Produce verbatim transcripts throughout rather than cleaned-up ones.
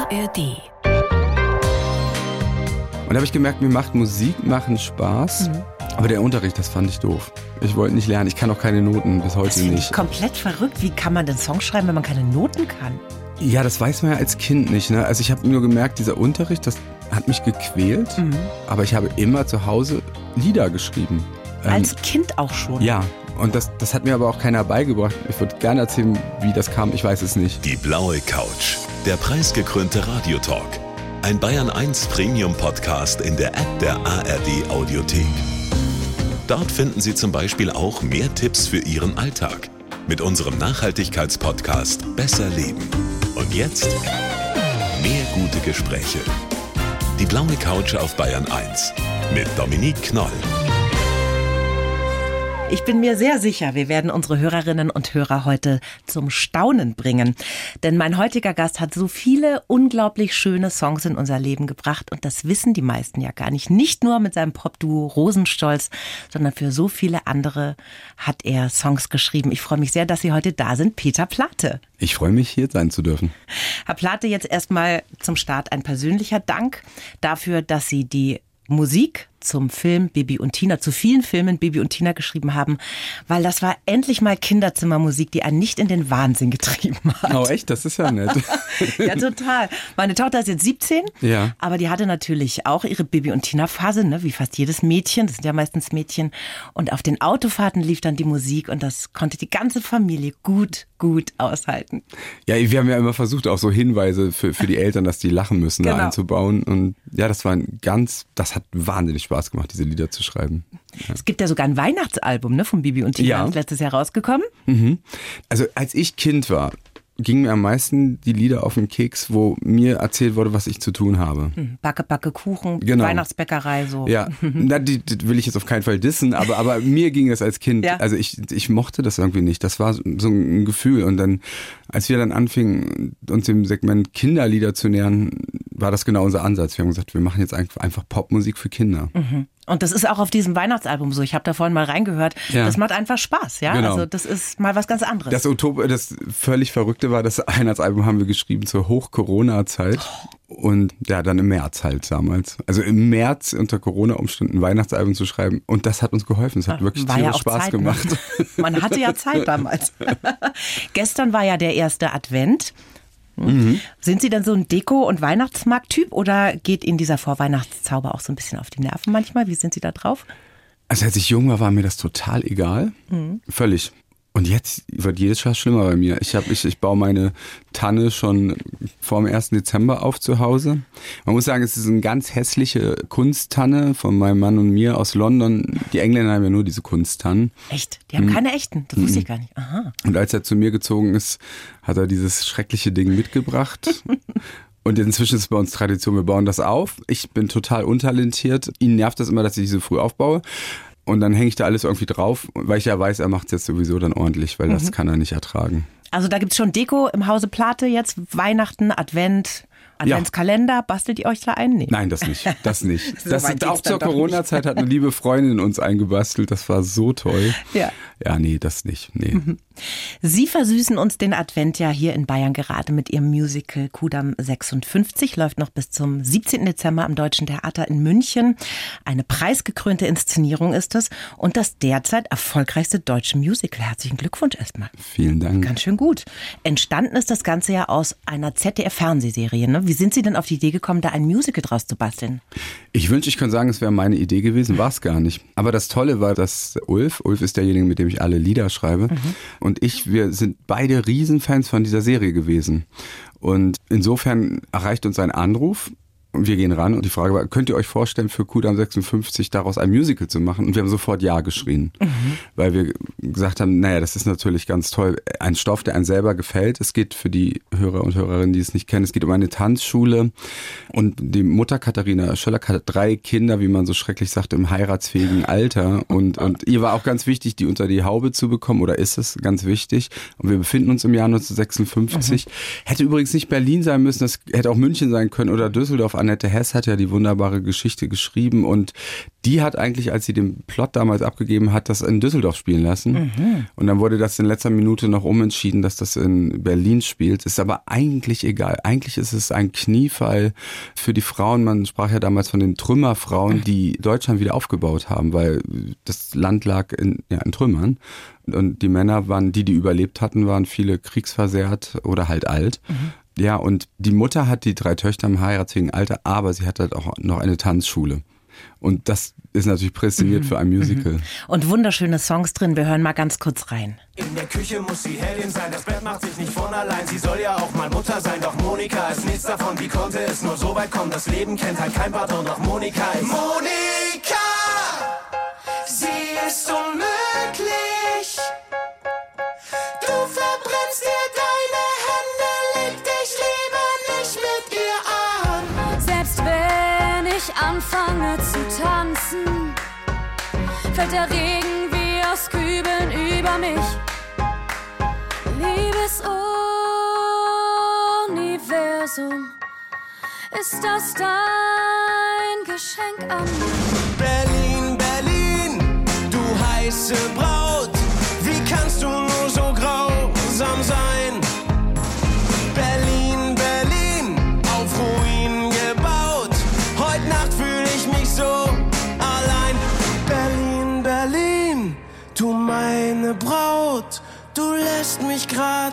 R D. Und da habe ich gemerkt, mir macht Musik machen Spaß, mhm. aber der Unterricht, das fand ich doof. Ich wollte nicht lernen, ich kann auch keine Noten, bis heute das finde nicht. Ich komplett verrückt. Wie kann man denn Songs schreiben, wenn man keine Noten kann? Ja, das weiß man ja als Kind nicht. Ne? Also ich habe nur gemerkt, dieser Unterricht, das hat mich gequält, mhm. aber ich habe immer zu Hause Lieder geschrieben. Als ähm, Kind auch schon? Ja, und das, das hat mir aber auch keiner beigebracht. Ich würde gerne erzählen, wie das kam, ich weiß es nicht. Die blaue Couch, der preisgekrönte Radiotalk. Ein Bayern eins Premium-Podcast in der App der A R D Audiothek. Dort finden Sie zum Beispiel auch mehr Tipps für Ihren Alltag mit unserem Nachhaltigkeitspodcast Besser Leben. Und jetzt mehr gute Gespräche. Die blaue Couch auf Bayern eins mit Dominique Knoll. Ich bin mir sehr sicher, wir werden unsere Hörerinnen und Hörer heute zum Staunen bringen. Denn mein heutiger Gast hat so viele unglaublich schöne Songs in unser Leben gebracht. Und das wissen die meisten ja gar nicht. Nicht nur mit seinem Popduo Rosenstolz, sondern für so viele andere hat er Songs geschrieben. Ich freue mich sehr, dass Sie heute da sind. Peter Plate. Ich freue mich, hier sein zu dürfen. Herr Plate, jetzt erstmal zum Start ein persönlicher Dank dafür, dass Sie die Musik zum Film Bibi und Tina, zu vielen Filmen Bibi und Tina geschrieben haben, weil das war endlich mal Kinderzimmermusik, die einen nicht in den Wahnsinn getrieben hat. Oh echt? Das ist ja nett. Ja, total. Meine Tochter ist jetzt siebzehn, ja. aber die hatte natürlich auch ihre Bibi und Tina Phase, ne? Wie fast jedes Mädchen, das sind ja meistens Mädchen. Und auf den Autofahrten lief dann die Musik und das konnte die ganze Familie gut, gut aushalten. Ja, wir haben ja immer versucht, auch so Hinweise für, für die Eltern, dass die lachen müssen, genau. da einzubauen. Und ja, das war ein ganz, das hat wahnsinnig Spaß gemacht, diese Lieder zu schreiben. Ja. Es gibt ja sogar ein Weihnachtsalbum, ne, von Bibi und Tina, ja. letztes Jahr rausgekommen. Mhm. Also als ich Kind war, gingen mir am meisten die Lieder auf den Keks, wo mir erzählt wurde, was ich zu tun habe. Backe, Backe, Kuchen, genau. Weihnachtsbäckerei, so. Ja, Na, die, die will ich jetzt auf keinen Fall dissen, aber, aber mir ging das als Kind, ja. also ich, ich mochte das irgendwie nicht. Das war so ein Gefühl. Und dann, als wir dann anfingen, uns dem Segment Kinderlieder zu nähern, war das genau unser Ansatz. Wir haben gesagt, wir machen jetzt einfach Popmusik für Kinder. Mhm. Und das ist auch auf diesem Weihnachtsalbum so. Ich habe da vorhin mal reingehört. Ja. Das macht einfach Spaß, ja. Genau. Also das ist mal was ganz anderes. Das Utop, das völlig Verrückte war, das Weihnachtsalbum haben wir geschrieben zur Hoch-Corona-Zeit. Oh. Und ja, dann im März halt damals. Also im März unter Corona-Umständen ein Weihnachtsalbum zu schreiben. Und das hat uns geholfen. Es hat wirklich war tierisch ja Spaß Zeit, gemacht. Ne? Man hatte ja Zeit damals. Gestern war ja der erste Advent. Mhm. Sind Sie denn so ein Deko- und Weihnachtsmarkt-Typ oder geht Ihnen dieser Vorweihnachtszauber auch so ein bisschen auf die Nerven manchmal? Wie sind Sie da drauf? Also als ich jung war, war mir das total egal. Mhm. Völlig. Und jetzt wird jedes Jahr schlimmer bei mir. Ich, hab, ich, ich baue meine Tanne schon vor dem ersten Dezember auf zu Hause. Man muss sagen, es ist eine ganz hässliche Kunsttanne von meinem Mann und mir aus London. Die Engländer haben ja nur diese Kunsttannen. Echt? Die haben mhm. keine echten? Das wusste ich gar nicht. Aha. Und als er zu mir gezogen ist, hat er dieses schreckliche Ding mitgebracht. Und inzwischen ist es bei uns Tradition, wir bauen das auf. Ich bin total untalentiert. Ihn nervt das immer, dass ich die so früh aufbaue. Und dann hänge ich da alles irgendwie drauf, weil ich ja weiß, er macht es jetzt sowieso dann ordentlich, weil mhm. das kann er nicht ertragen. Also da gibt es schon Deko im Hause Plate jetzt, Weihnachten, Advent, Adventskalender. Ja. Bastelt ihr euch da ein? Nee. Nein, das nicht. Das nicht. so das, auch zur Corona-Zeit hat eine liebe Freundin uns eingebastelt. Das war so toll. Ja. Ja, nee, das nicht. Nee. Mhm. Sie versüßen uns den Advent ja hier in Bayern gerade mit Ihrem Musical Kudamm sechsundfünfzig. Läuft noch bis zum siebzehnten Dezember am Deutschen Theater in München. Eine preisgekrönte Inszenierung ist es und das derzeit erfolgreichste deutsche Musical. Herzlichen Glückwunsch erstmal. Vielen Dank. Ganz schön gut. Entstanden ist das Ganze ja aus einer Z D F-Fernsehserie. Ne? Wie sind Sie denn auf die Idee gekommen, da ein Musical draus zu basteln? Ich wünsche, ich könnte sagen, es wäre meine Idee gewesen, war es gar nicht. Aber das Tolle war, dass Ulf, Ulf ist derjenige, mit dem ich alle Lieder schreibe, mhm. und ich, wir sind beide Riesenfans von dieser Serie gewesen. Und insofern erreicht uns ein Anruf. Und wir gehen ran und die Frage war, könnt ihr euch vorstellen, für Kudamm sechsundfünfzig daraus ein Musical zu machen? Und wir haben sofort Ja geschrien, mhm. weil wir gesagt haben, naja, das ist natürlich ganz toll. Ein Stoff, der einem selber gefällt. Es geht für die Hörer und Hörerinnen, die es nicht kennen, es geht um eine Tanzschule. Und die Mutter Katharina Schöllack hat drei Kinder, wie man so schrecklich sagt, im heiratsfähigen Alter. Und, und ihr war auch ganz wichtig, die unter die Haube zu bekommen, oder ist es ganz wichtig. Und wir befinden uns im Jahr neunzehnhundertsechsundfünfzig. Mhm. Hätte übrigens nicht Berlin sein müssen, das hätte auch München sein können oder Düsseldorf. Annette Hess hat ja die wunderbare Geschichte geschrieben und die hat eigentlich, als sie den Plot damals abgegeben hat, das in Düsseldorf spielen lassen. Mhm. Und dann wurde das in letzter Minute noch umentschieden, dass das in Berlin spielt. Ist aber eigentlich egal. Eigentlich ist es ein Kniefall für die Frauen. Man sprach ja damals von den Trümmerfrauen, die Deutschland wieder aufgebaut haben, weil das Land lag in, ja, in Trümmern. Und die Männer waren, die, die überlebt hatten, waren viele kriegsversehrt oder halt alt. Mhm. Ja, und die Mutter hat die drei Töchter im heiratsfähigen Alter, aber sie hat halt auch noch eine Tanzschule. Und das ist natürlich prädestiniert mhm. für ein Musical. Mhm. Und wunderschöne Songs drin. Wir hören mal ganz kurz rein. In der Küche muss sie Heldin sein, das Bett macht sich nicht von allein. Sie soll ja auch mal Mutter sein, doch Monika ist nichts davon. Wie konnte es nur so weit kommen? Das Leben kennt halt kein Pardon, doch Monika ist... Monika! Sie ist unmöglich! Du verbrennst dir deine Hände, leg dich lieber nicht mit ihr an. Selbst wenn ich anfange zu tanzen, fällt der Regen wie aus Kübeln über mich. Liebes Universum, ist das dein Geschenk an mich? Berlin, Berlin, du heiße Braut, wie kannst du nur so grausam sein? Berlin, Berlin, auf Ruinen gebaut, heute Nacht fühle ich mich so allein. Berlin, Berlin, du meine Braut, du lässt mich grad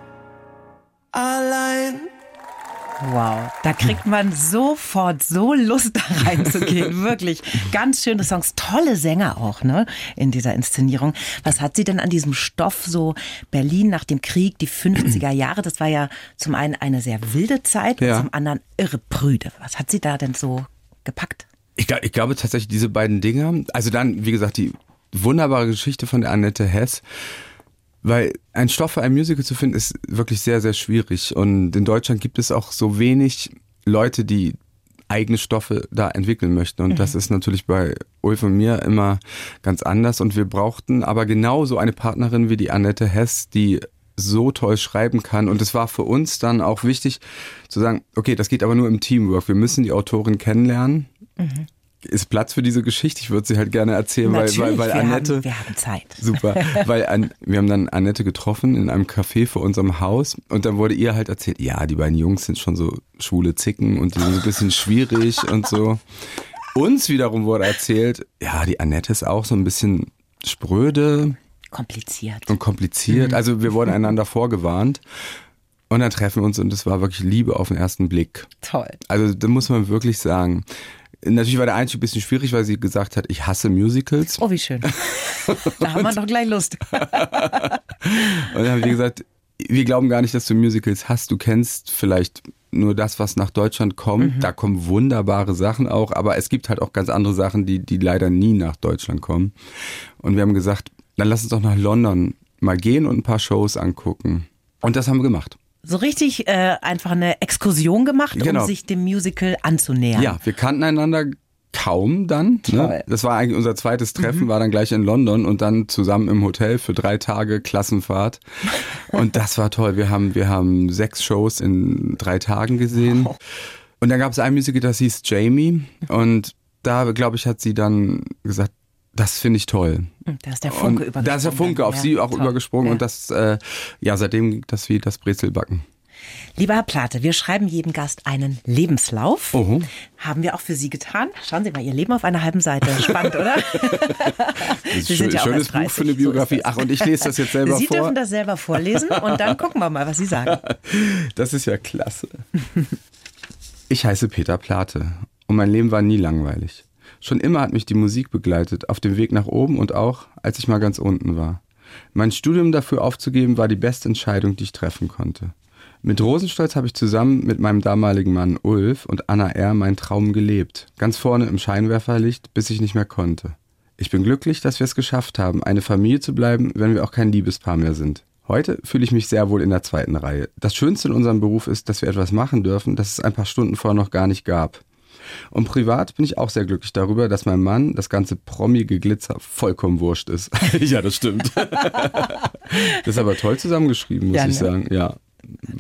allein. Wow, da kriegt man sofort so Lust, da reinzugehen. Wirklich ganz schöne Songs, tolle Sänger auch, ne, in dieser Inszenierung. Was hat sie denn an diesem Stoff so Berlin nach dem Krieg, die fünfziger Jahre, das war ja zum einen eine sehr wilde Zeit und ja. zum anderen irre prüde. Was hat sie da denn so gepackt? Ich, glaub, ich glaube tatsächlich diese beiden Dinge, also dann, wie gesagt, die wunderbare Geschichte von der Annette Hess. Weil ein Stoff für ein Musical zu finden, ist wirklich sehr, sehr schwierig. Und in Deutschland gibt es auch so wenig Leute, die eigene Stoffe da entwickeln möchten. Und mhm. das ist natürlich bei Ulf und mir immer ganz anders. Und wir brauchten aber genauso eine Partnerin wie die Annette Hess, die so toll schreiben kann. Und es war für uns dann auch wichtig zu sagen, okay, das geht aber nur im Teamwork. Wir müssen die Autorin kennenlernen. Mhm. Ist Platz für diese Geschichte? Ich würde sie halt gerne erzählen, Natürlich, weil, weil, weil wir Annette... Haben, wir haben Zeit. Super, weil an, wir haben dann Annette getroffen in einem Café vor unserem Haus und dann wurde ihr halt erzählt, ja, die beiden Jungs sind schon so schwule Zicken und die sind ein bisschen schwierig und so. Uns wiederum wurde erzählt, ja, die Annette ist auch so ein bisschen spröde. Kompliziert. Und kompliziert. Mhm. Also wir wurden einander vorgewarnt. Und dann treffen wir uns und es war wirklich Liebe auf den ersten Blick. Toll. Also da muss man wirklich sagen... Natürlich war der Einstieg ein bisschen schwierig, weil sie gesagt hat, ich hasse Musicals. Oh, wie schön. Da haben wir doch gleich Lust. Und dann haben wir gesagt, wir glauben gar nicht, dass du Musicals hast. Du kennst vielleicht nur das, was nach Deutschland kommt. Mhm. Da kommen wunderbare Sachen auch, aber es gibt halt auch ganz andere Sachen, die, die leider nie nach Deutschland kommen. Und wir haben gesagt, dann lass uns doch nach London mal gehen und ein paar Shows angucken. Und das haben wir gemacht. So richtig äh, einfach eine Exkursion gemacht, genau. um sich dem Musical anzunähern. Ja, wir kannten einander kaum dann. Ne? Das war eigentlich unser zweites Treffen, mhm. war dann gleich in London und dann zusammen im Hotel für drei Tage Klassenfahrt. Und das war toll. Wir haben, wir haben sechs Shows in drei Tagen gesehen. Wow. Und dann gab es ein Musical, das hieß Jamie. Und da, glaube ich, hat sie dann gesagt, das finde ich toll. Da ist der Funke und übergesprungen. Da ist der Funke auf ja, sie auch toll. übergesprungen ja. und das, äh, ja, seitdem ging das wie das Brezelbacken. Lieber Herr Plate, wir schreiben jedem Gast einen Lebenslauf. Oho. Haben wir auch für Sie getan. Schauen Sie mal, Ihr Leben auf einer halben Seite. Spannend, oder? Das ist schön, ja schönes Buch für eine Biografie. So Ach, und ich lese das jetzt selber Sie vor? Sie dürfen das selber vorlesen und dann gucken wir mal, was Sie sagen. Das ist ja klasse. Ich heiße Peter Plate und mein Leben war nie langweilig. Schon immer hat mich die Musik begleitet, auf dem Weg nach oben und auch, als ich mal ganz unten war. Mein Studium dafür aufzugeben, war die beste Entscheidung, die ich treffen konnte. Mit Rosenstolz habe ich zusammen mit meinem damaligen Mann Ulf und Anna R. meinen Traum gelebt. Ganz vorne im Scheinwerferlicht, bis ich nicht mehr konnte. Ich bin glücklich, dass wir es geschafft haben, eine Familie zu bleiben, wenn wir auch kein Liebespaar mehr sind. Heute fühle ich mich sehr wohl in der zweiten Reihe. Das Schönste in unserem Beruf ist, dass wir etwas machen dürfen, das es ein paar Stunden vorher noch gar nicht gab. Und privat bin ich auch sehr glücklich darüber, dass mein Mann das ganze Promi-Geglitzer vollkommen wurscht ist. Ja, das stimmt. Das ist aber toll zusammengeschrieben, muss ja, ich ne? sagen. Ja.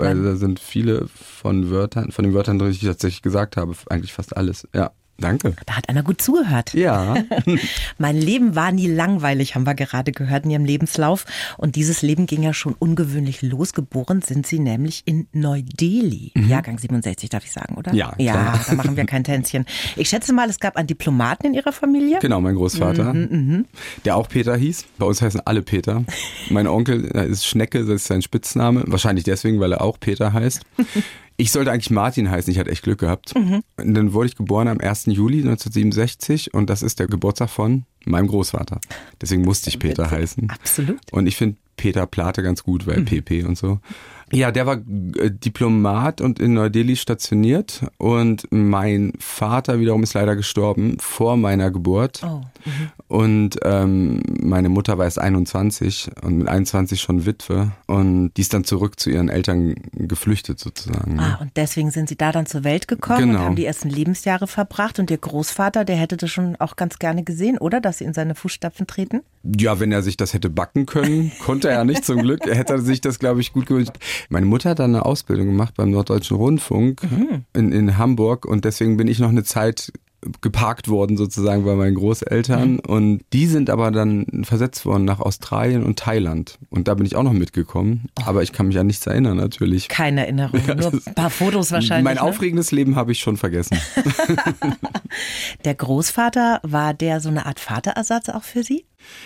weil Nein. da sind viele von Wörtern, von den Wörtern, die ich tatsächlich gesagt habe, eigentlich fast alles. Ja. Danke. Da hat einer gut zugehört. Ja. Mein Leben war nie langweilig, haben wir gerade gehört in Ihrem Lebenslauf. Und dieses Leben ging ja schon ungewöhnlich los. Geboren sind Sie nämlich in Neu-Delhi. Mhm. Jahrgang siebenundsechzig, darf ich sagen, oder? Ja, Ja, klar. da machen wir kein Tänzchen. Ich schätze mal, es gab einen Diplomaten in Ihrer Familie. Genau, mein Großvater, Mhm, der auch Peter hieß. Bei uns heißen alle Peter. Mein Onkel ist Schnecke, das ist sein Spitzname. Wahrscheinlich deswegen, weil er auch Peter heißt. Ich sollte eigentlich Martin heißen, ich hatte echt Glück gehabt. Mhm. Und dann wurde ich geboren am ersten Juli neunzehnhundertsiebenundsechzig und das ist der Geburtstag von meinem Großvater. Deswegen musste ich Peter Witzig. heißen. Absolut. Und ich finde Peter Plate ganz gut, weil mhm. P P und so. Ja, der war äh, Diplomat und in Neu-Delhi stationiert und mein Vater wiederum ist leider gestorben vor meiner Geburt. Oh. Mhm. Und ähm, meine Mutter war erst einundzwanzig und mit einundzwanzig schon Witwe und die ist dann zurück zu ihren Eltern geflüchtet sozusagen. Ah, und deswegen sind Sie da dann zur Welt gekommen Genau. und haben die ersten Lebensjahre verbracht. Und Ihr Großvater, der hätte das schon auch ganz gerne gesehen, oder? Dass Sie in seine Fußstapfen treten? Ja, wenn er sich das hätte backen können, konnte er nicht zum Glück. Er hätte sich das, glaube ich, gut gewünscht. Meine Mutter hat dann eine Ausbildung gemacht beim Norddeutschen Rundfunk mhm. in, in Hamburg und deswegen bin ich noch eine Zeit geparkt worden sozusagen bei meinen Großeltern mhm. und die sind aber dann versetzt worden nach Australien und Thailand und da bin ich auch noch mitgekommen, oh. aber ich kann mich an nichts erinnern natürlich. Keine Erinnerung, ja, nur ein paar Fotos wahrscheinlich. Mein ne? aufregendes Leben habe ich schon vergessen. Der Großvater, war der so eine Art Vaterersatz auch für Sie?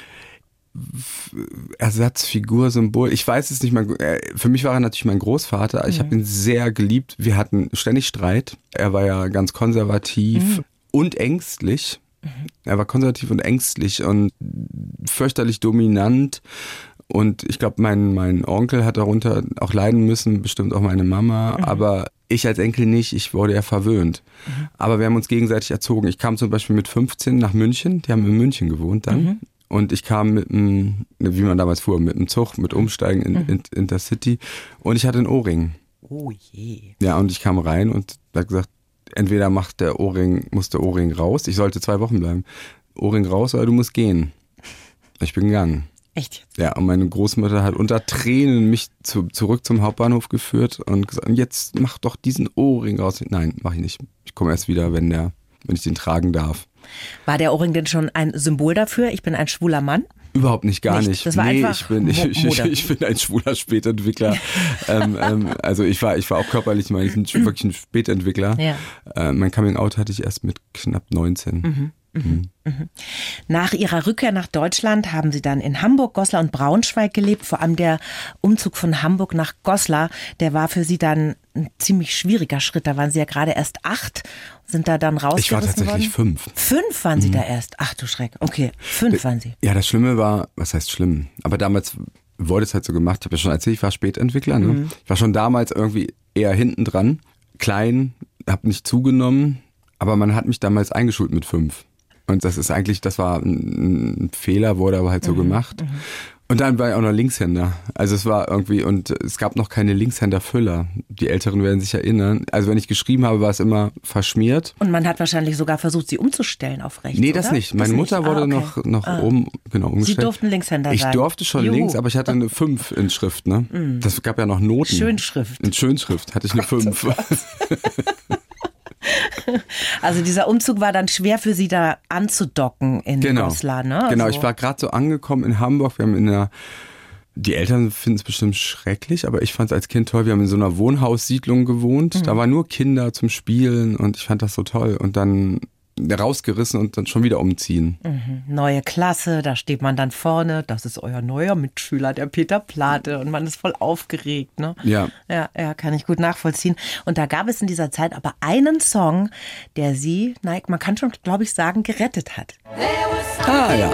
Ersatzfigur, Symbol, ich weiß es nicht mal. Für mich war er natürlich mein Großvater. Ich mhm. habe ihn sehr geliebt. Wir hatten ständig Streit. Er war ja ganz konservativ mhm. und ängstlich. Mhm. Er war konservativ und ängstlich und fürchterlich dominant. Und ich glaube, mein, mein Onkel hat darunter auch leiden müssen, bestimmt auch meine Mama. Mhm. Aber ich als Enkel nicht, ich wurde ja verwöhnt. Mhm. Aber wir haben uns gegenseitig erzogen. Ich kam zum Beispiel mit fünfzehn nach München. Die haben in München gewohnt dann. Mhm. Und ich kam mit einem, wie man damals fuhr, mit einem Zug, mit Umsteigen in, in Intercity und ich hatte einen Ohrring. Oh je. Ja, und ich kam rein und hat gesagt, entweder macht der Ohrring, muss der Ohrring raus, ich sollte zwei Wochen bleiben. Ohrring raus oder du musst gehen. Ich bin gegangen. Echt jetzt? Ja, und meine Großmutter hat unter Tränen mich zu, zurück zum Hauptbahnhof geführt und gesagt, jetzt mach doch diesen Ohrring raus. Nein, mach ich nicht. Ich komme erst wieder, wenn der, wenn ich den tragen darf. War der Ohrring denn schon ein Symbol dafür? Ich bin ein schwuler Mann? Überhaupt nicht, gar nicht. nicht. Das war nee, einfach ich bin, ich, ich, ich bin ein schwuler Spätentwickler. ähm, ähm, also ich war, ich war auch körperlich mal ich bin wirklich ein Spätentwickler. Ja. Äh, mein Coming-out hatte ich erst mit knapp neunzehn. Mhm. Mhm. Mhm. Nach Ihrer Rückkehr nach Deutschland haben Sie dann in Hamburg, Goslar und Braunschweig gelebt. Vor allem der Umzug von Hamburg nach Goslar, der war für Sie dann ein ziemlich schwieriger Schritt. Da waren Sie ja gerade erst acht, sind da dann rausgerissen worden. Ich war tatsächlich worden. fünf. Fünf waren Sie mhm. da erst? Ach du Schreck. Okay, fünf waren Sie. Ja, das Schlimme war, was heißt schlimm? Aber damals wurde es halt so gemacht. Ich habe ja schon erzählt, ich war Spätentwickler. Ne? Mhm. Ich war schon damals irgendwie eher hinten dran, klein, habe nicht zugenommen. Aber man hat mich damals eingeschult mit fünf. Und das ist eigentlich, das war ein, ein Fehler, wurde aber halt so mhm, gemacht. Mhm. Und dann war ich auch noch Linkshänder. Also es war irgendwie, und es gab noch keine Linkshänder-Füller. Die Älteren werden sich erinnern. Also wenn ich geschrieben habe, war es immer verschmiert. Und man hat wahrscheinlich sogar versucht, sie umzustellen auf rechts, Nee, das oder? nicht. Meine das Mutter nicht. wurde ah, okay. noch, noch ah. um, genau, umgestellt. Sie durften Linkshänder ich sein. Ich durfte schon Juhu. links, aber ich hatte eine fünf in Schrift. Ne? Mhm. Das gab ja noch Noten. Schönschrift. In Schönschrift hatte ich eine fünf. Also dieser Umzug war dann schwer für Sie da anzudocken in genau. Goslar, ne? Also genau, ich war gerade so angekommen in Hamburg. Wir haben in einer, die Eltern finden es bestimmt schrecklich, aber ich fand es als Kind toll. Wir haben in so einer Wohnhaussiedlung gewohnt. Mhm. Da waren nur Kinder zum Spielen und ich fand das so toll. Und dann rausgerissen und dann schon wieder umziehen. Mhm. Neue Klasse, da steht man dann vorne, das ist euer neuer Mitschüler, der Peter Plate, und man ist voll aufgeregt, ne? Ja. Ja, ja, kann ich gut nachvollziehen. Und da gab es in dieser Zeit aber einen Song, der sie, nein, man kann schon, glaube ich, sagen, gerettet hat. Ah, ja.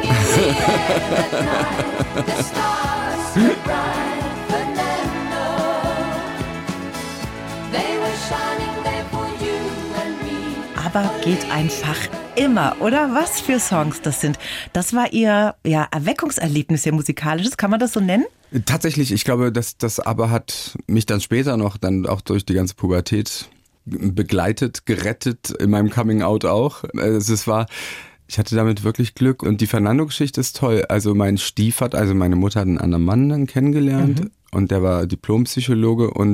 Aber geht einfach immer, oder? Was für Songs das sind. Das war Ihr ja, Erweckungserlebnis, Ihr musikalisches, kann man das so nennen? Tatsächlich, ich glaube, dass das aber hat mich dann später noch, dann auch durch die ganze Pubertät begleitet, gerettet, in meinem Coming-out auch. Es war, ich hatte damit wirklich Glück und die Fernando-Geschichte ist toll. Also mein Stiefvater, also meine Mutter hat einen anderen Mann dann kennengelernt mhm. und der war Diplompsychologe und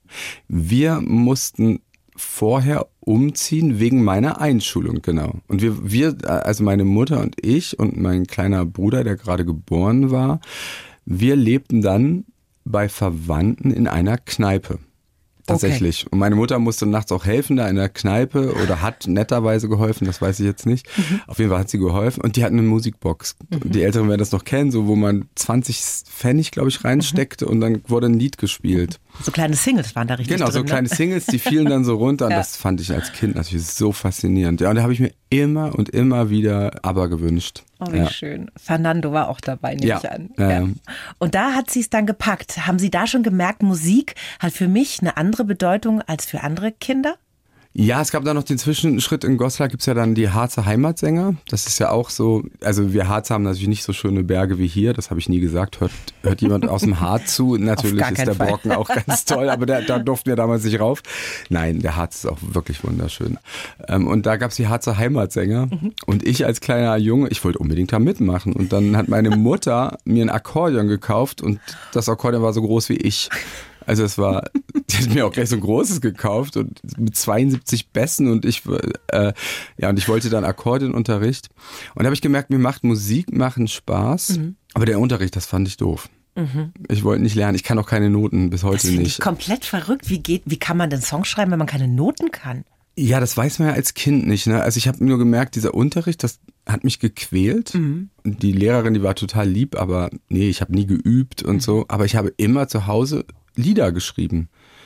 Wir mussten vorher umziehen wegen meiner Einschulung, genau. Und wir, wir, also meine Mutter und ich und mein kleiner Bruder, der gerade geboren war, wir lebten dann bei Verwandten in einer Kneipe. Tatsächlich. Okay. Und meine Mutter musste nachts auch helfen da in der Kneipe oder hat netterweise geholfen, das weiß ich jetzt nicht. Mhm. Auf jeden Fall hat sie geholfen und die hatten eine Musikbox. Mhm. Die Älteren werden das noch kennen, so wo man zwanzig Pfennig, glaube ich, reinsteckte mhm. und dann wurde ein Lied gespielt. So kleine Singles waren da richtig Genau, drin, so ne? kleine Singles, die fielen dann so runter und ja. das fand ich als Kind natürlich so faszinierend. Ja, und da habe ich mir immer und immer wieder ABBA gewünscht. Oh, wie ja. schön. Fernando war auch dabei, nehme ja. ich an. Ja. Ja. Und da hat sie es dann gepackt. Haben Sie da schon gemerkt, Musik hat für mich eine andere Bedeutung als für andere Kinder? Ja, es gab da noch den Zwischenschritt. In Goslar gibt's ja dann die Harzer Heimatsänger. Das ist ja auch so, also wir Harzer haben natürlich nicht so schöne Berge wie hier, das habe ich nie gesagt. Hört, hört jemand aus dem Harz zu? Natürlich ist der Fall. Brocken auch ganz toll, aber da, da durften wir damals nicht rauf. Nein, der Harz ist auch wirklich wunderschön. Und da gab's die Harzer Heimatsänger mhm. und ich als kleiner Junge, ich wollte unbedingt da mitmachen. Und dann hat meine Mutter mir ein Akkordeon gekauft und das Akkordeon war so groß wie ich. Also es war, die hat mir auch gleich so ein großes gekauft und mit zweiundsiebzig Bässen und ich, äh, ja und ich wollte dann Akkordeonunterricht und da habe ich gemerkt, mir macht Musik machen Spaß, mhm. aber der Unterricht, das fand ich doof. Mhm. Ich wollte nicht lernen, ich kann auch keine Noten, bis heute das nicht. Ich komplett verrückt, wie geht, wie kann man denn Songs schreiben, wenn man keine Noten kann? Ja, das weiß man ja als Kind nicht, ne? Also ich habe nur gemerkt, dieser Unterricht, das hat mich gequält. Mhm. Die Lehrerin, die war total lieb, aber nee, ich habe nie geübt und mhm. so, aber ich habe immer zu Hause Lieder geschrieben.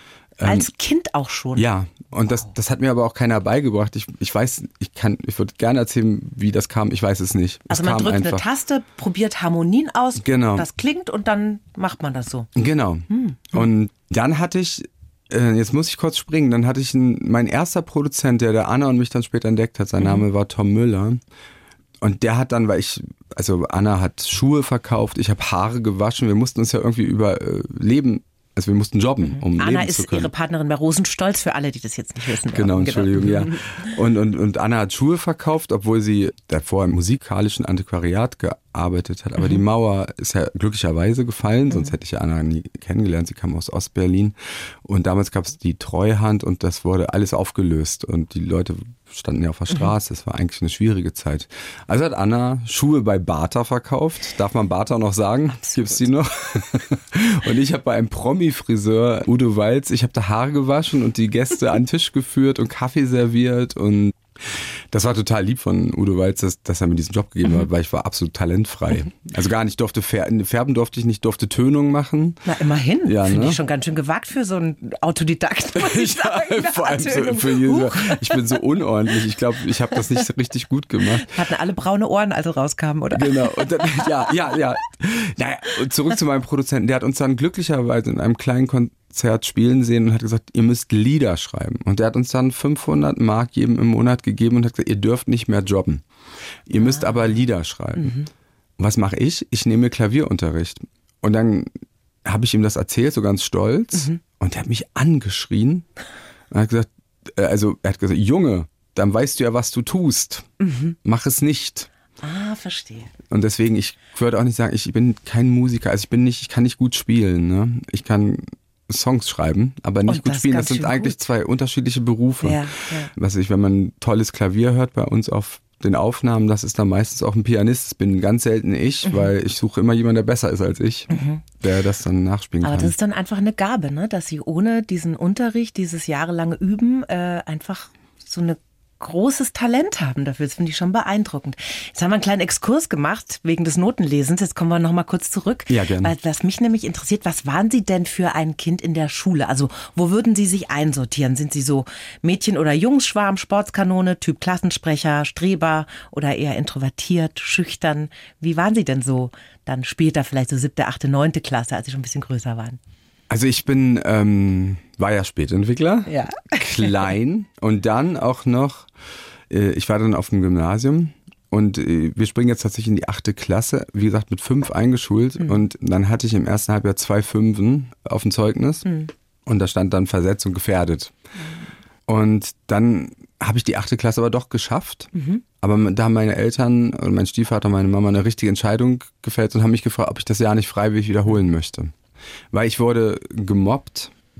Als ähm, Kind auch schon? Ja, und das, das hat mir aber auch keiner beigebracht. Ich, ich weiß, ich kann, ich würde gerne erzählen, wie das kam. Ich weiß es nicht. Also es man drückt einfach. eine Taste, probiert Harmonien aus, genau. das klingt und dann macht man das so. Genau. Hm. Und dann hatte ich, äh, jetzt muss ich kurz springen, dann hatte ich einen, mein erster Produzent, der der Anna und mich dann später entdeckt hat, sein mhm. Name war Tom Müller. Und der hat dann, weil ich, also Anna hat Schuhe verkauft, ich habe Haare gewaschen, wir mussten uns ja irgendwie überleben. Also wir mussten jobben, um Anna leben zu können. ist ihre Partnerin bei Rosenstolz, für alle, die das jetzt nicht wissen. Genau, Entschuldigung, genau. ja. Und, und, und Anna hat Schuhe verkauft, obwohl sie davor im musikalischen Antiquariat gearbeitet hat. Aber mhm. die Mauer ist ja glücklicherweise gefallen, sonst mhm. hätte ich ja Anna nie kennengelernt. Sie kam aus Ostberlin. Und damals gab es die Treuhand und das wurde alles aufgelöst. Und die Leute standen ja auf der Straße. Es war eigentlich eine schwierige Zeit. Also hat Anna Schuhe bei Bata verkauft. Darf man Bata noch sagen? Absolut. Gibt's die noch? Und ich habe bei einem Promi-Friseur, Udo Walz, ich habe da Haare gewaschen und die Gäste an den Tisch geführt und Kaffee serviert und das war total lieb von Udo Walz, dass, dass er mir diesen Job gegeben hat, weil ich war absolut talentfrei. Also gar nicht durfte färben, färben durfte ich nicht, durfte Tönung machen. Na immerhin, ja, finde ne? ich schon ganz schön gewagt für so einen Autodidakt, muss ich ja, sagen. vor allem so, für jede, ich bin so unordentlich, ich glaube, ich habe das nicht so richtig gut gemacht. Hatten alle braune Ohren, als sie rauskamen, oder? Genau, und dann, ja, ja, ja. Naja, und zurück zu meinem Produzenten, der hat uns dann glücklicherweise in einem kleinen Konzert spielen sehen und hat gesagt, ihr müsst Lieder schreiben. Und der hat uns dann fünfhundert Mark jedem im Monat gegeben und hat gesagt, ihr dürft nicht mehr jobben. Ihr ah. müsst aber Lieder schreiben. Mhm. Was mache ich? Ich nehme Klavierunterricht. Und dann habe ich ihm das erzählt, so ganz stolz. Mhm. Und er hat mich angeschrien. Und hat gesagt, also er hat gesagt, Junge, dann weißt du ja, was du tust. Mhm. Mach es nicht. Ah, verstehe. Und deswegen, ich würde auch nicht sagen, ich bin kein Musiker, also ich bin nicht, ich kann nicht gut spielen, ne? Ich kann Songs schreiben, aber nicht und gut das spielen. Das sind eigentlich gut. zwei unterschiedliche Berufe. Ja, ja. Was ich, wenn man tolles Klavier hört bei uns auf den Aufnahmen, das ist dann meistens auch ein Pianist. Das bin ganz selten ich, mhm. weil ich suche immer jemanden, der besser ist als ich, mhm. der das dann nachspielen aber kann. Aber das ist dann einfach eine Gabe, ne? Dass sie ohne diesen Unterricht, dieses jahrelange Üben, äh, einfach so eine großes Talent haben dafür. Das finde ich schon beeindruckend. Jetzt haben wir einen kleinen Exkurs gemacht wegen des Notenlesens. Jetzt kommen wir noch mal kurz zurück. Ja, gerne. Weil was mich nämlich interessiert, was waren Sie denn für ein Kind in der Schule? Also wo würden Sie sich einsortieren? Sind Sie so Mädchen- oder Jungsschwarm, Sportskanone, Typ Klassensprecher, Streber oder eher introvertiert, schüchtern? Wie waren Sie denn so dann später, vielleicht so siebte, achte, neunte Klasse, als Sie schon ein bisschen größer waren? Also ich bin, ähm, war ja Spätentwickler, ja. klein und dann auch noch, äh, ich war dann auf dem Gymnasium und äh, wir springen jetzt tatsächlich in die achte Klasse, wie gesagt mit fünf eingeschult mhm. und dann hatte ich im ersten Halbjahr zwei Fünfen auf dem Zeugnis mhm. und da stand dann versetzt und gefährdet. Mhm. Und dann habe ich die achte Klasse aber doch geschafft, mhm. aber da haben meine Eltern und mein Stiefvater und meine Mama eine richtige Entscheidung gefällt und haben mich gefragt, ob ich das Jahr nicht freiwillig wiederholen möchte. Weil ich wurde gemobbt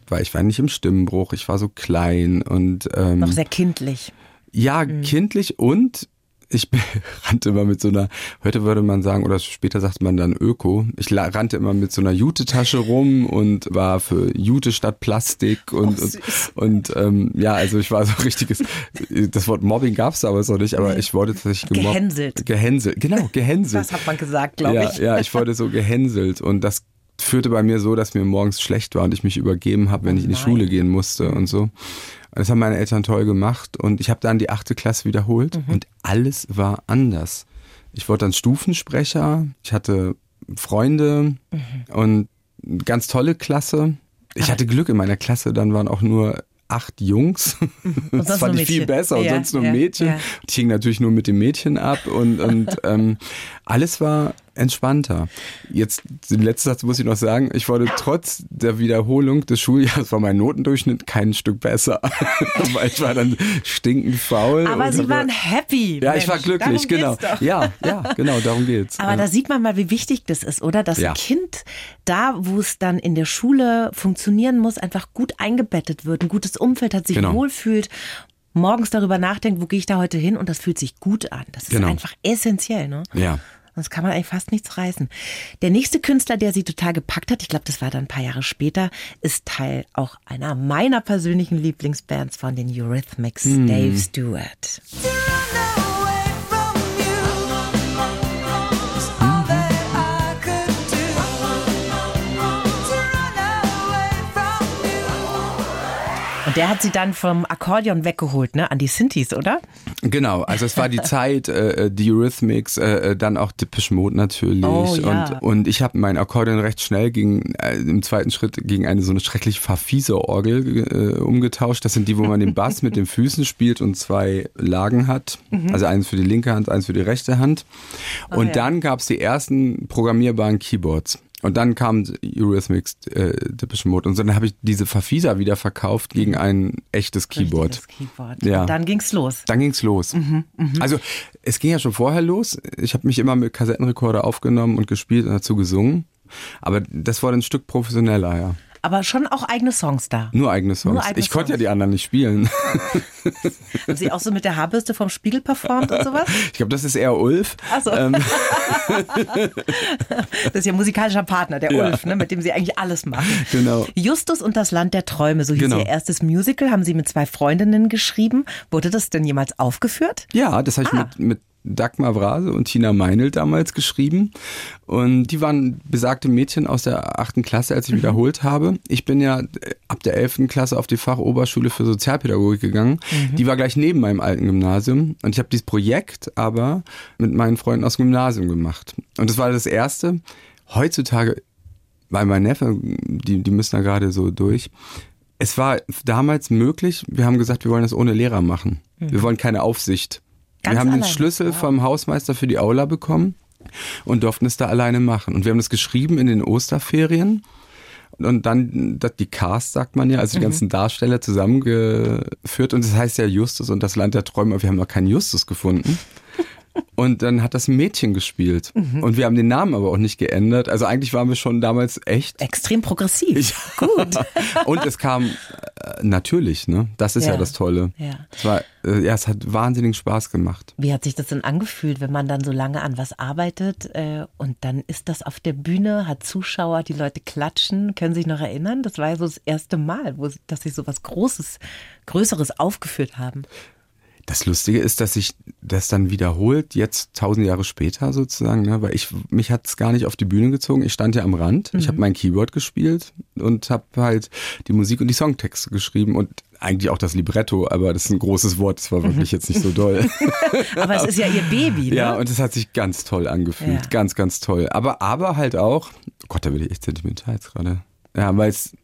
war, ich war nicht im Stimmbruch, ich war so klein und ähm, noch sehr kindlich. Ja, mhm. kindlich und ich rannte immer mit so einer, heute würde man sagen, oder später sagt man dann Öko, ich rannte immer mit so einer Jute-Tasche rum und war für Jute statt Plastik und, oh, und, und ähm, ja, also ich war so richtiges, das Wort Mobbing gab es aber so nicht, aber ich wurde tatsächlich gemobbt. Gehänselt. Gehänselt, genau, gehänselt. Das hat man gesagt, glaube ja, ich. Ja, ich wurde so gehänselt und das führte bei mir so, dass mir morgens schlecht war und ich mich übergeben habe, wenn oh ich in die Schule gehen musste und so. Das haben meine Eltern toll gemacht und ich habe dann die achte Klasse wiederholt mhm. und alles war anders. Ich wurde dann Stufensprecher, ich hatte Freunde mhm. und eine ganz tolle Klasse. Ich hatte Glück in meiner Klasse, dann waren auch nur acht Jungs. Und das fand ich viel besser und ja, sonst nur ja, Mädchen. Ja. Ich hing natürlich nur mit den Mädchen ab und, und ähm, alles war entspannter. Jetzt, den letzten Satz muss ich noch sagen, ich wurde trotz der Wiederholung des Schuljahres, war mein Notendurchschnitt kein Stück besser. Weil ich war dann stinkend faul. Aber Sie waren happy. Ja, Mensch, ich war glücklich, genau. Ja, ja, genau, darum geht's. Aber ja. da sieht man mal, wie wichtig das ist, oder? Dass ja. ein Kind da, wo es dann in der Schule funktionieren muss, einfach gut eingebettet wird, ein gutes Umfeld hat, sich genau. wohlfühlt, morgens darüber nachdenkt, wo gehe ich da heute hin und das fühlt sich gut an. Das ist genau. einfach essentiell, ne? Ja. Sonst kann man eigentlich fast nichts reißen. Der nächste Künstler, der sie total gepackt hat, ich glaube, das war dann ein paar Jahre später, ist Teil auch einer meiner persönlichen Lieblingsbands von den Eurythmics, mm. Dave Stewart. Und der hat sie dann vom Akkordeon weggeholt, ne, an die Synthes, oder? Genau, also es war die Zeit, äh, die Eurythmics, äh, dann auch Depeche Mode natürlich. Oh, ja. Und, und ich habe mein Akkordeon recht schnell gegen, äh, im zweiten Schritt gegen eine so eine schrecklich verfiese Orgel äh, umgetauscht. Das sind die, wo man den Bass mit den Füßen spielt und zwei Lagen hat. Mhm. Also eins für die linke Hand, eins für die rechte Hand. Und oh, ja. dann gab es die ersten programmierbaren Keyboards. Und dann kam Eurythmics, äh, Depeche Mode. Und dann habe ich diese Verfieser wieder verkauft gegen ein echtes Keyboard. Richtiges Keyboard. Ja. Und dann ging's los. Dann ging's los. Mhm, mh. Also es ging ja schon vorher los. Ich habe mich immer mit Kassettenrekorder aufgenommen und gespielt und dazu gesungen. Aber das war ein Stück professioneller, ja. Aber schon auch eigene Songs da. Nur eigene Songs. Nur eigene ich konnte Songs. ja die anderen nicht spielen. Haben Sie auch so mit der Haarbürste vom Spiegel performt und sowas? Ich glaube, das ist eher Ulf. Ach so. Ähm. Das ist ja musikalischer Partner, der ja. Ulf, ne, mit dem Sie eigentlich alles machen. Genau. Justus und das Land der Träume, so hieß genau. Ihr erstes Musical, haben Sie mit zwei Freundinnen geschrieben. Wurde das denn jemals aufgeführt? Ja, das habe ich ah. mit, mit Dagmar Brase und Tina Meinl damals geschrieben. Und die waren besagte Mädchen aus der achten Klasse, als ich mhm. wiederholt habe. Ich bin ja ab der elften Klasse auf die Fachoberschule für Sozialpädagogik gegangen. Mhm. Die war gleich neben meinem alten Gymnasium. Und ich habe dieses Projekt aber mit meinen Freunden aus dem Gymnasium gemacht. Und das war das Erste. Heutzutage, weil mein Neffe, die, die müssen da gerade so durch. Es war damals möglich, wir haben gesagt, wir wollen das ohne Lehrer machen. Mhm. Wir wollen keine Aufsicht. Ganz wir haben allein. den Schlüssel wow. vom Hausmeister für die Aula bekommen und durften es da alleine machen. Und wir haben das geschrieben in den Osterferien und dann die Cast, sagt man ja, also die mhm. ganzen Darsteller zusammengeführt. Und das heißt ja Justus und das Land der Träume, aber wir haben noch keinen Justus gefunden. Und dann hat das ein Mädchen gespielt. Mhm. Und wir haben den Namen aber auch nicht geändert. Also eigentlich waren wir schon damals echt... Extrem progressiv. Ja. Gut. Und es kam äh, natürlich, ne? Das ist ja, ja das Tolle. Ja. Es war, äh, ja, es hat wahnsinnig Spaß gemacht. Wie hat sich das denn angefühlt, wenn man dann so lange an was arbeitet äh, und dann ist das auf der Bühne, hat Zuschauer, die Leute klatschen. Können Sie sich noch erinnern? Das war ja so das erste Mal, wo, dass Sie so was Großes, Größeres aufgeführt haben. Das Lustige ist, dass sich das dann wiederholt, jetzt tausend Jahre später sozusagen, ne? Weil ich, mich hat es gar nicht auf die Bühne gezogen. Ich stand ja am Rand, mhm. ich habe mein Keyboard gespielt und habe halt die Musik und die Songtexte geschrieben und eigentlich auch das Libretto, aber das ist ein großes Wort, das war wirklich mhm. jetzt nicht so doll. Aber es ist ja Ihr Baby, ne? Ja, und es hat sich ganz toll angefühlt, ja. ganz, ganz toll. Aber, aber halt auch, oh Gott, da bin ich echt sentimental jetzt gerade. Ja, weil es,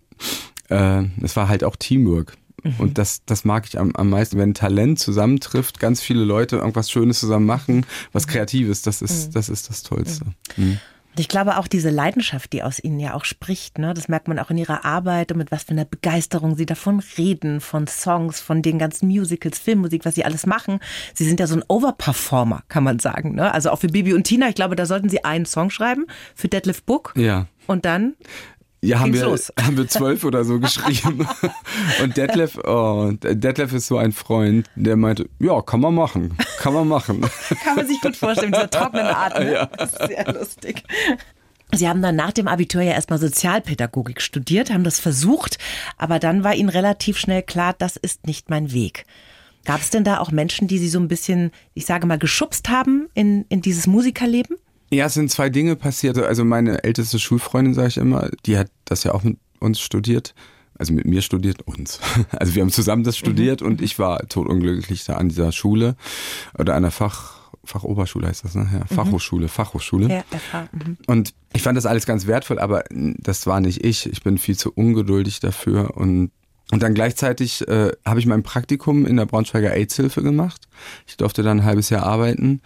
äh, es war halt auch Teamwork. Und das, das mag ich am, am meisten, wenn Talent zusammentrifft, ganz viele Leute irgendwas Schönes zusammen machen, was Kreatives, das ist, das ist das Tollste. Mhm. Und ich glaube auch diese Leidenschaft, die aus Ihnen ja auch spricht, ne, das merkt man auch in Ihrer Arbeit und mit was für einer Begeisterung Sie davon reden, von Songs, von den ganzen Musicals, Filmmusik, was Sie alles machen. Sie sind ja so ein Overperformer, kann man sagen, ne? Also auch für Bibi und Tina, ich glaube, da sollten Sie einen Song schreiben für Detlef Buck. Ja. Und dann... Ja, haben Ging's wir, los. haben wir zwölf oder so geschrieben. Und Detlef, oh, Detlef ist so ein Freund, der meinte, ja, kann man machen, kann man machen. Kann man sich gut vorstellen, mit dieser trockenen Art. Ne? Ja. Das ist sehr lustig. Sie haben dann nach dem Abitur ja erstmal Sozialpädagogik studiert, haben das versucht, aber dann war Ihnen relativ schnell klar, das ist nicht mein Weg. Gab es denn da auch Menschen, die Sie so ein bisschen, ich sage mal, geschubst haben in, in dieses Musikerleben? Ja, es sind zwei Dinge passiert. Also meine älteste Schulfreundin, sage ich immer, die hat das ja auch mit uns studiert. Also mit mir studiert, uns. Also wir haben zusammen das studiert mhm. und ich war totunglücklich da an dieser Schule oder an der Fach... Fachoberschule heißt das, ne? Ja, Fachhochschule, mhm. Fachhochschule. Ja, F H. Mhm. Und ich fand das alles ganz wertvoll, aber das war nicht ich. Ich bin viel zu ungeduldig dafür. Und, und dann gleichzeitig äh, habe ich mein Praktikum in der Braunschweiger AIDS-Hilfe gemacht. Ich durfte dann ein halbes Jahr arbeiten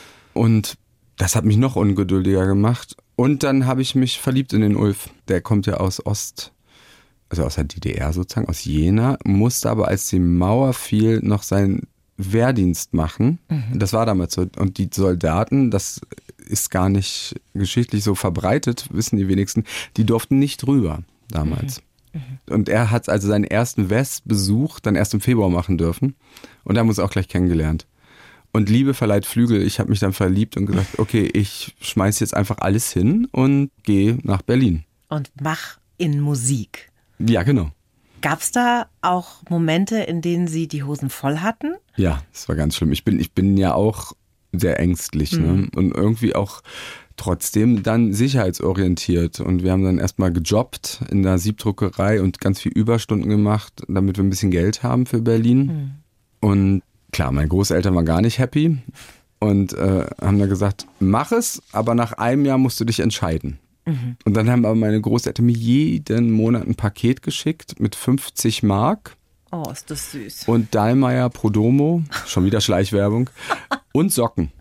und das hat mich noch ungeduldiger gemacht. Und dann habe ich mich verliebt in den Ulf. Der kommt ja aus Ost, also aus der D D R sozusagen, aus Jena, musste aber, als die Mauer fiel, noch sein Wehrdienst machen. Mhm. Das war damals so. Und die Soldaten, das ist gar nicht geschichtlich so verbreitet, wissen die wenigsten, die durften nicht rüber damals. Mhm. Mhm. Und er hat also seinen ersten Westbesuch dann erst im Februar machen dürfen. Und haben uns auch gleich kennengelernt. Und Liebe verleiht Flügel. Ich habe mich dann verliebt und gesagt, okay, ich schmeiß jetzt einfach alles hin und gehe nach Berlin. Und mach in Musik. Ja, genau. Gab es da auch Momente, in denen Sie die Hosen voll hatten? Ja, das war ganz schlimm. Ich bin, ich bin ja auch sehr ängstlich, mhm. ne? Und irgendwie auch trotzdem dann sicherheitsorientiert. Und wir haben dann erstmal gejobbt in der Siebdruckerei und ganz viel Überstunden gemacht, damit wir ein bisschen Geld haben für Berlin. Mhm. Und klar, meine Großeltern waren gar nicht happy und äh, haben dann gesagt, mach es, aber nach einem Jahr musst du dich entscheiden. Mhm. Und dann haben aber meine Großeltern mir jeden Monat ein Paket geschickt mit fünfzig Mark. Oh, ist das süß. Und Dallmayr Prodomo, schon wieder Schleichwerbung, und Socken.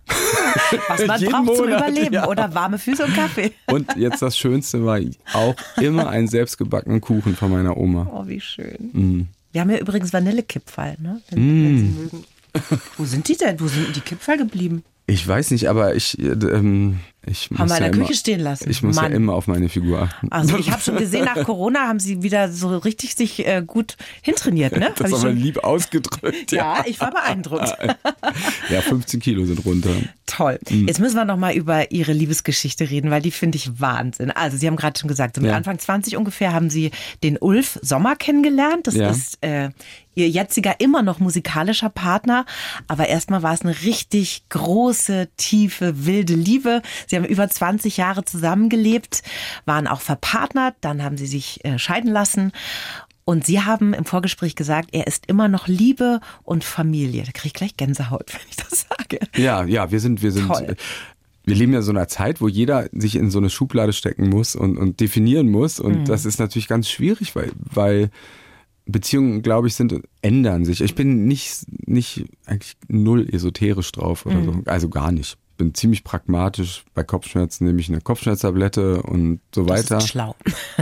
Was man braucht Monat, zum Überleben, ja. Oder warme Füße und Kaffee. Und jetzt das Schönste war auch immer ein selbstgebackenen Kuchen von meiner Oma. Oh, wie schön. Mm. Wir haben ja übrigens Vanillekipferl, ne? Wenn, mm. wenn Sie mögen. Wo sind die denn? Wo sind die Kipferl geblieben? Ich weiß nicht, aber ich, ähm, ich muss haben wir in ja der immer, Küche stehen lassen. Ich muss Mann. ja immer auf meine Figur achten. Also ich habe schon gesehen, nach Corona haben Sie wieder so richtig sich äh, gut hintrainiert, ne? Das ist aber lieb ausgedrückt. Ja, ja, ich war beeindruckt. Ja, fünfzehn Kilo sind runter. Toll. Mhm. Jetzt müssen wir noch mal über Ihre Liebesgeschichte reden, weil die finde ich Wahnsinn. Also Sie haben gerade schon gesagt, so mit ja. Anfang zwanzig ungefähr haben Sie den Ulf Sommer kennengelernt. Das ja. ist äh, Ihr jetziger immer noch musikalischer Partner. Aber erstmal war es eine richtig große, tiefe, wilde Liebe. Sie haben über zwanzig Jahre zusammengelebt, waren auch verpartnert. Dann haben Sie sich äh, scheiden lassen. Und Sie haben im Vorgespräch gesagt, er ist immer noch Liebe und Familie. Da kriege ich gleich Gänsehaut, wenn ich das sage. Ja, ja, wir sind, wir sind, Toll. Wir leben ja in so einer Zeit, wo jeder sich in so eine Schublade stecken muss und, und definieren muss. Und mhm. das ist natürlich ganz schwierig, weil, weil Beziehungen, glaube ich, sind, ändern sich. Ich bin nicht, nicht eigentlich null esoterisch drauf oder mhm. so. Also gar nicht. Ich bin ziemlich pragmatisch. Bei Kopfschmerzen nehme ich eine Kopfschmerztablette und so weiter. Das ist schlau.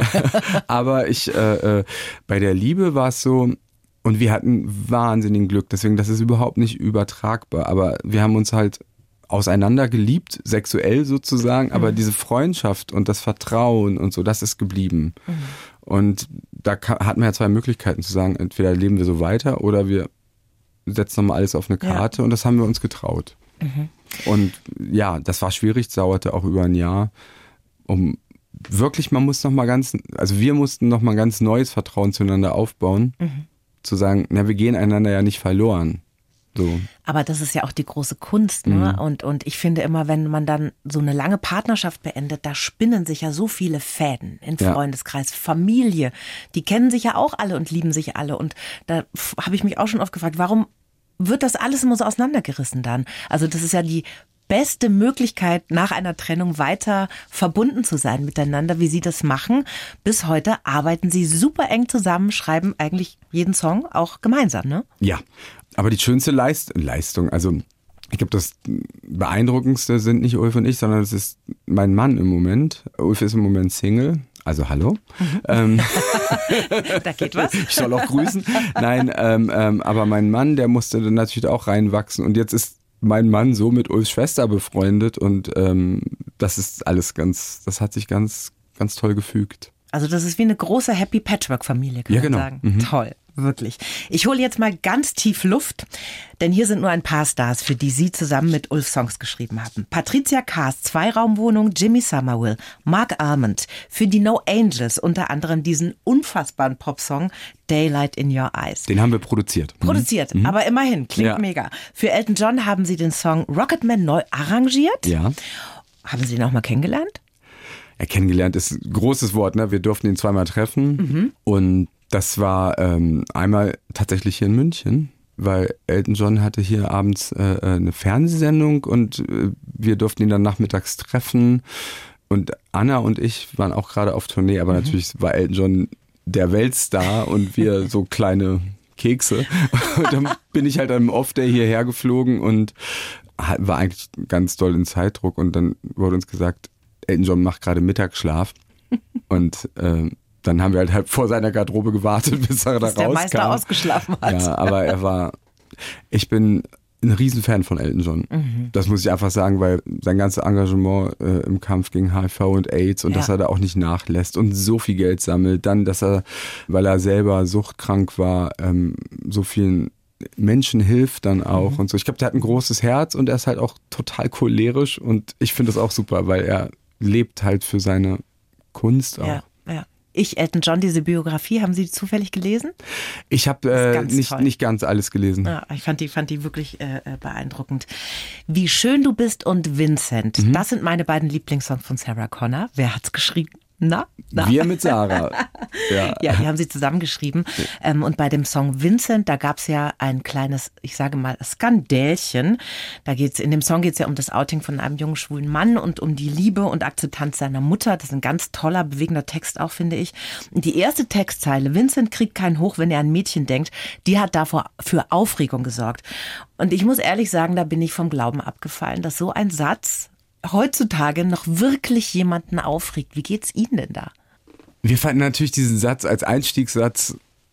Aber ich, äh, äh, bei der Liebe war es so, und wir hatten wahnsinnigen Glück, deswegen, das ist überhaupt nicht übertragbar. Aber wir haben uns halt auseinander geliebt, sexuell sozusagen, aber mhm. diese Freundschaft und das Vertrauen und so, das ist geblieben. Mhm. Und da hatten wir ja zwei Möglichkeiten zu sagen, entweder leben wir so weiter oder wir setzen nochmal alles auf eine Karte, ja. Und das haben wir uns getraut. Mhm. Und ja, das war schwierig, dauerte auch über ein Jahr, um wirklich, man muss nochmal ganz, also wir mussten nochmal ganz neues Vertrauen zueinander aufbauen, mhm. zu sagen, na, wir gehen einander ja nicht verloren. So. Aber das ist ja auch die große Kunst, ne? Mhm. Und, und ich finde immer, wenn man dann so eine lange Partnerschaft beendet, da spinnen sich ja so viele Fäden in ja. Freundeskreis, Familie. Die kennen sich ja auch alle und lieben sich alle. Und da habe ich mich auch schon oft gefragt, warum wird das alles immer so auseinandergerissen dann? Also das ist ja die beste Möglichkeit, nach einer Trennung weiter verbunden zu sein miteinander, wie Sie das machen. Bis heute arbeiten Sie super eng zusammen, schreiben eigentlich jeden Song auch gemeinsam, ne? Ja, aber die schönste Leist- Leistung, also ich glaube, das Beeindruckendste sind nicht Ulf und ich, sondern es ist mein Mann im Moment. Ulf ist im Moment Single. Also hallo. Mhm. Ähm, da geht was. Ich soll auch grüßen. Nein, ähm, ähm, aber mein Mann, der musste dann natürlich auch reinwachsen. Und jetzt ist mein Mann so mit Ulfs Schwester befreundet. Und ähm, das ist alles ganz, das hat sich ganz, ganz toll gefügt. Also das ist wie eine große Happy Patchwork-Familie, kann Ja, man genau. sagen. Mhm. Toll, wirklich. Ich hole jetzt mal ganz tief Luft, denn hier sind nur ein paar Stars, für die Sie zusammen mit Ulf Songs geschrieben haben. Patricia Kaas, Zweiraumwohnung, Jimmy Somerville, Mark Almond, für die No Angels unter anderem diesen unfassbaren Popsong Daylight in Your Eyes. Den haben wir produziert. Produziert, aber immerhin, klingt Ja. mega. Für Elton John haben Sie den Song Rocketman neu arrangiert. Ja. Haben Sie ihn auch mal kennengelernt? Ja, kennengelernt ist ein großes Wort, ne? Wir durften ihn zweimal treffen. Mhm. Und das war ähm, einmal tatsächlich hier in München, weil Elton John hatte hier abends äh, eine Fernsehsendung und äh, wir durften ihn dann nachmittags treffen. Und Anna und ich waren auch gerade auf Tournee, aber mhm. natürlich war Elton John der Weltstar und wir so kleine Kekse. Und dann bin ich halt am Off-Day hierher geflogen und war eigentlich ganz doll in Zeitdruck. Und dann wurde uns gesagt, Elton John macht gerade Mittagsschlaf. Und äh, dann haben wir halt, halt vor seiner Garderobe gewartet, bis er da Bis der rauskam. Meister ausgeschlafen hat. Ja, aber er war, ich bin ein Riesenfan von Elton John. Mhm. Das muss ich einfach sagen, weil sein ganzes Engagement äh, im Kampf gegen H I V und AIDS und ja. dass er da auch nicht nachlässt und so viel Geld sammelt. Dann, dass er, weil er selber suchtkrank war, ähm, so vielen Menschen hilft dann auch mhm. und so. Ich glaube, der hat ein großes Herz und er ist halt auch total cholerisch und ich finde das auch super, weil er lebt halt für seine Kunst auch. Ja, ja. Ich, Elton John, diese Biografie, haben Sie die zufällig gelesen? Ich habe äh, nicht, nicht ganz alles gelesen. Ja, ich fand die, fand die wirklich äh, beeindruckend. Wie schön du bist und Vincent, mhm. das sind meine beiden Lieblingssongs von Sarah Connor. Wer hat's geschrieben? Na? Na? Wir mit Sarah. Ja. Ja, die haben sie zusammengeschrieben. Ähm, und bei dem Song Vincent, da gab es ja ein kleines, ich sage mal, Skandälchen. Da geht's, in dem Song geht es ja um das Outing von einem jungen schwulen Mann und um die Liebe und Akzeptanz seiner Mutter. Das ist ein ganz toller, bewegender Text auch, finde ich. Und die erste Textzeile, Vincent kriegt keinen Hoch, wenn er an Mädchen denkt, die hat davor für Aufregung gesorgt. Und ich muss ehrlich sagen, da bin ich vom Glauben abgefallen, dass so ein Satz heutzutage noch wirklich jemanden aufregt. Wie geht's Ihnen denn da? Wir fanden natürlich diesen Satz als Einstiegssatz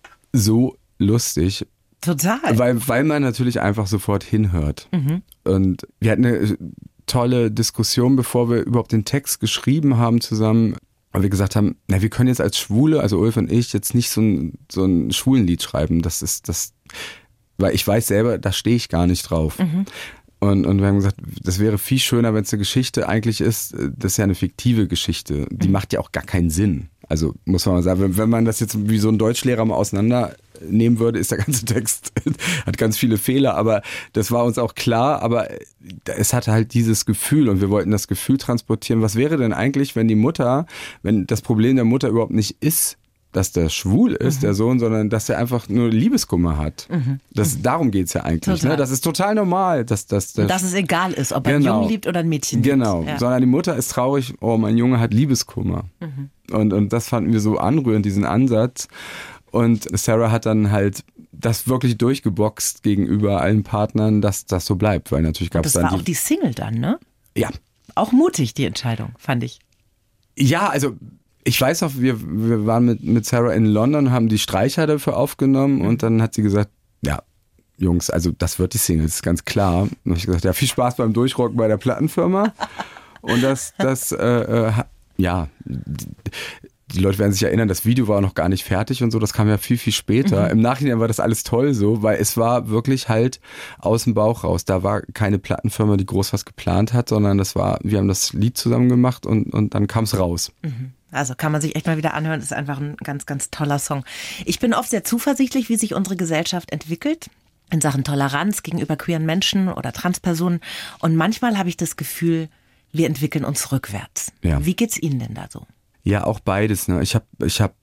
so lustig. Total. Weil, weil man natürlich einfach sofort hinhört. Mhm. Und wir hatten eine tolle Diskussion, bevor wir überhaupt den Text geschrieben haben zusammen, weil wir gesagt haben, na, wir können jetzt als Schwule, also Ulf und ich, jetzt nicht so ein, so ein Schwulenlied schreiben. Das ist das, weil ich weiß selber, da stehe ich gar nicht drauf. Mhm. Und, und wir haben gesagt, das wäre viel schöner, wenn es eine Geschichte eigentlich ist, das ist ja eine fiktive Geschichte, die mhm. macht ja auch gar keinen Sinn. Also muss man mal sagen, wenn, wenn man das jetzt wie so ein Deutschlehrer mal auseinandernehmen würde, ist der ganze Text, hat ganz viele Fehler, aber das war uns auch klar, aber es hatte halt dieses Gefühl und wir wollten das Gefühl transportieren. Was wäre denn eigentlich, wenn die Mutter, wenn das Problem der Mutter überhaupt nicht ist, dass der schwul ist, mhm. der Sohn, sondern dass er einfach nur Liebeskummer hat. Mhm. Das, darum geht's ja eigentlich. Ne? Das ist total normal. Dass, dass, dass, dass es egal ist, ob er genau. einen Jungen liebt oder ein Mädchen liebt. Genau, ja. Sondern die Mutter ist traurig, oh, mein Junge hat Liebeskummer. Mhm. Und, und das fanden wir so anrührend, diesen Ansatz. Und Sarah hat dann halt das wirklich durchgeboxt gegenüber allen Partnern, dass das so bleibt. Weil natürlich gab es dann. Das war die, auch die Single dann, ne? Ja. Auch mutig, die Entscheidung, fand ich. Ja, also ich weiß auch, wir, wir waren mit, mit Sarah in London, haben die Streicher dafür aufgenommen und dann hat sie gesagt, ja, Jungs, also das wird die Single, das ist ganz klar. Und dann habe ich gesagt, ja, viel Spaß beim Durchrocken bei der Plattenfirma. Und das, das, äh, äh, ja, die, die Leute werden sich erinnern, das Video war auch noch gar nicht fertig und so, das kam ja viel, viel später. Mhm. Im Nachhinein war das alles toll so, weil es war wirklich halt aus dem Bauch raus. Da war keine Plattenfirma, die groß was geplant hat, sondern das war, wir haben das Lied zusammen gemacht und, und dann kam es raus. Mhm. Also kann man sich echt mal wieder anhören. Das ist einfach ein ganz, ganz toller Song. Ich bin oft sehr zuversichtlich, wie sich unsere Gesellschaft entwickelt in Sachen Toleranz gegenüber queeren Menschen oder Transpersonen. Und manchmal habe ich das Gefühl, wir entwickeln uns rückwärts. Ja. Wie geht's Ihnen denn da so? Ja, auch beides. Ne? Ich habe ich hab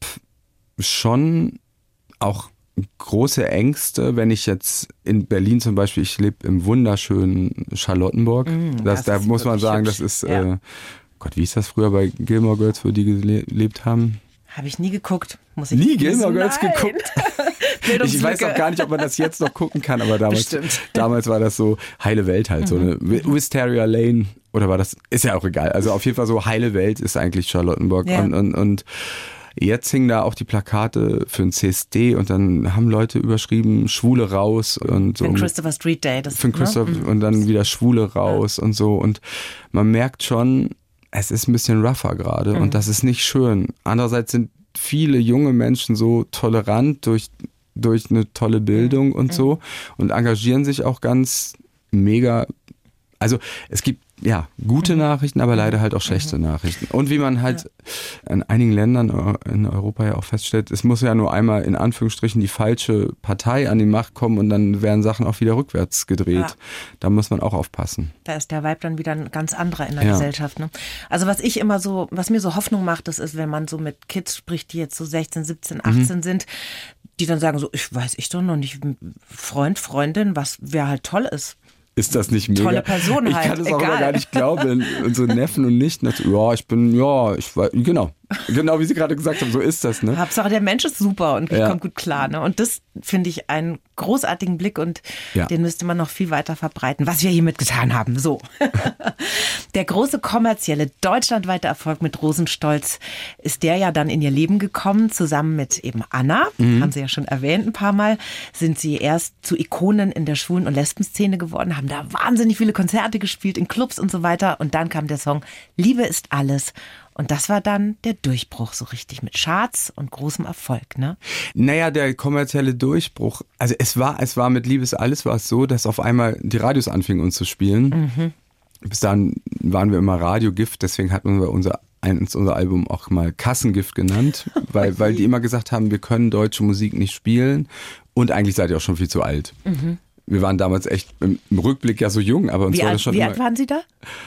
schon auch große Ängste, wenn ich jetzt in Berlin zum Beispiel, ich lebe im wunderschönen Charlottenburg. Mm, das, das da muss man sagen, hübsch. Das ist... Ja. Äh, Gott, wie ist das früher bei Gilmore Girls, wo die gelebt haben? Habe ich nie geguckt. Muss ich nie Gilmore Girls geguckt? Ich weiß auch gar nicht, ob man das jetzt noch gucken kann, aber damals, damals war das so heile Welt halt. Mhm. So eine Wisteria Lane oder war das, ist ja auch egal. Also auf jeden Fall so heile Welt ist eigentlich Charlottenburg. Ja. Und, und, und jetzt hingen da auch die Plakate für ein C S D und dann haben Leute überschrieben, Schwule raus und so. Für den Christopher Street Day. Das, für den Christopher, ne? Und dann wieder Schwule raus ja. und so. Und man merkt schon, es ist ein bisschen rougher gerade mhm. und das ist nicht schön. Andererseits sind viele junge Menschen so tolerant durch, durch eine tolle Bildung mhm. und so und engagieren sich auch ganz mega. Also es gibt ja gute Nachrichten, aber leider halt auch schlechte mhm. Nachrichten. Und wie man halt ja. in einigen Ländern in Europa ja auch feststellt, es muss ja nur einmal in Anführungsstrichen die falsche Partei an die Macht kommen und dann werden Sachen auch wieder rückwärts gedreht. Ja. Da muss man auch aufpassen. Da ist der Vibe dann wieder ein ganz anderer in der ja. Gesellschaft. Ne? Also was ich immer so, was mir so Hoffnung macht, das ist, wenn man so mit Kids spricht, die jetzt so sechzehn, siebzehn, achtzehn mhm. sind, die dann sagen so, ich weiß ich doch noch nicht, Freund, Freundin, was wer halt toll ist. Ist das nicht mega? Tolle Person ich halt, Ich kann das auch egal. immer gar nicht glauben. Unsere Neffen und Nichten, ja, ich bin, ja, ich weiß, genau. Genau, wie Sie gerade gesagt haben, so ist das, ne? Hauptsache, der Mensch ist super und ja. kommt gut klar, ne? Und das finde ich einen großartigen Blick und ja. den müsste man noch viel weiter verbreiten, was wir hiermit getan haben. So. Der große kommerzielle, deutschlandweite Erfolg mit Rosenstolz ist der ja dann in ihr Leben gekommen, zusammen mit eben Anna, mhm. haben Sie ja schon erwähnt ein paar Mal, sind sie erst zu Ikonen in der Schwulen- und Lesben-Szene geworden, haben da wahnsinnig viele Konzerte gespielt, in Clubs und so weiter und dann kam der Song Liebe ist alles. Und das war dann der Durchbruch so richtig mit Charts und großem Erfolg, ne? Naja, der kommerzielle Durchbruch, also es war, es war mit Liebe ist alles war es so, dass auf einmal die Radios anfingen uns zu spielen. Mhm. Bis dann waren wir immer Radiogift, deswegen hatten wir unser, unser Album auch mal Kassengift genannt, weil, weil die immer gesagt haben, wir können deutsche Musik nicht spielen und eigentlich seid ihr auch schon viel zu alt. Mhm. Wir waren damals echt im, im Rückblick ja so jung, aber uns wie war alt, das schon Wie immer, alt waren Sie da?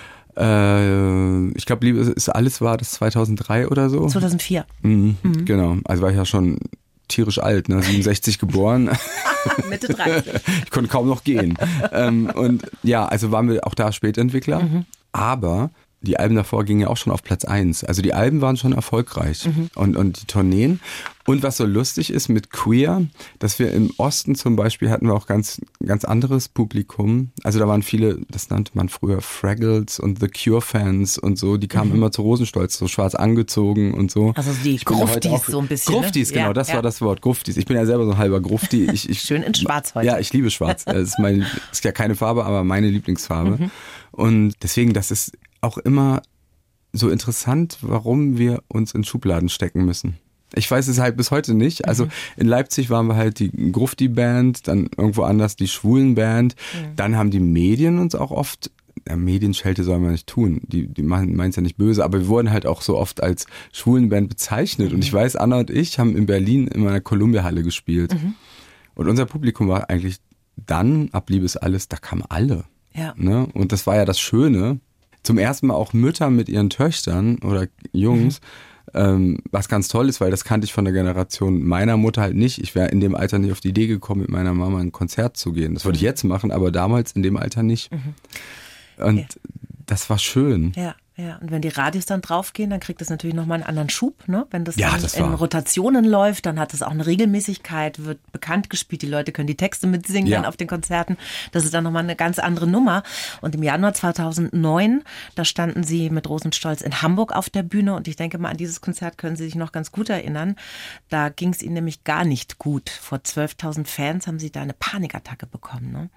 Äh, ich glaube, Liebe ist alles war das zweitausenddrei oder so. zweitausendvier. Mhm, mhm. Genau, also war ich ja schon tierisch alt, ne? siebenundsechzig geboren. Mitte dreißig. Ich konnte kaum noch gehen. ähm, und ja, also waren wir auch da Spätentwickler, mhm. aber die Alben davor gingen ja auch schon auf Platz eins. Also die Alben waren schon erfolgreich mhm. und, und die Tourneen. Und was so lustig ist mit Queer, dass wir im Osten zum Beispiel hatten wir auch ganz, ganz anderes Publikum. Also da waren viele, das nannte man früher Fraggles und The Cure-Fans und so, die kamen mhm. immer zu Rosenstolz, so schwarz angezogen und so. Also die Gruftis so ein bisschen. Gruftis, ne? genau, ja, das ja. war das Wort, Gruftis. Ich bin ja selber so ein halber Grufti. Ich, ich, Schön in Schwarz heute. Ja, ich liebe Schwarz. Das ist, mein, ist ja keine Farbe, aber meine Lieblingsfarbe. Mhm. Und deswegen, das ist auch immer so interessant, warum wir uns in Schubladen stecken müssen. Ich weiß es halt bis heute nicht. Also mhm. in Leipzig waren wir halt die Grufti-Band, dann irgendwo anders die Schwulen-Band. Mhm. Dann haben die Medien uns auch oft, ja, Medienschelte soll man nicht tun, die, die meinen es ja nicht böse, aber wir wurden halt auch so oft als Schwulenband bezeichnet. Mhm. Und ich weiß, Anna und ich haben in Berlin in meiner Columbia-Halle gespielt. Mhm. Und unser Publikum war eigentlich dann, ab Liebe ist alles, da kamen alle. Ja. Ne? Und das war ja das Schöne. Zum ersten Mal auch Mütter mit ihren Töchtern oder Jungs, mhm. ähm, was ganz toll ist, weil das kannte ich von der Generation meiner Mutter halt nicht. Ich wäre in dem Alter nicht auf die Idee gekommen, mit meiner Mama ein Konzert zu gehen. Das würde ich jetzt machen, aber damals in dem Alter nicht. Mhm. Und ja. das war schön. Ja. Ja, und wenn die Radios dann draufgehen, dann kriegt das natürlich nochmal einen anderen Schub, ne? Wenn das ja, dann das in Rotationen läuft, dann hat es auch eine Regelmäßigkeit, wird bekannt gespielt, die Leute können die Texte mitsingen ja. dann auf den Konzerten. Das ist dann nochmal eine ganz andere Nummer. Und im Januar zweitausendneun, da standen sie mit Rosenstolz in Hamburg auf der Bühne und ich denke mal, an dieses Konzert können Sie sich noch ganz gut erinnern. Da ging es Ihnen nämlich gar nicht gut. Vor zwölftausend Fans haben Sie da eine Panikattacke bekommen, ne?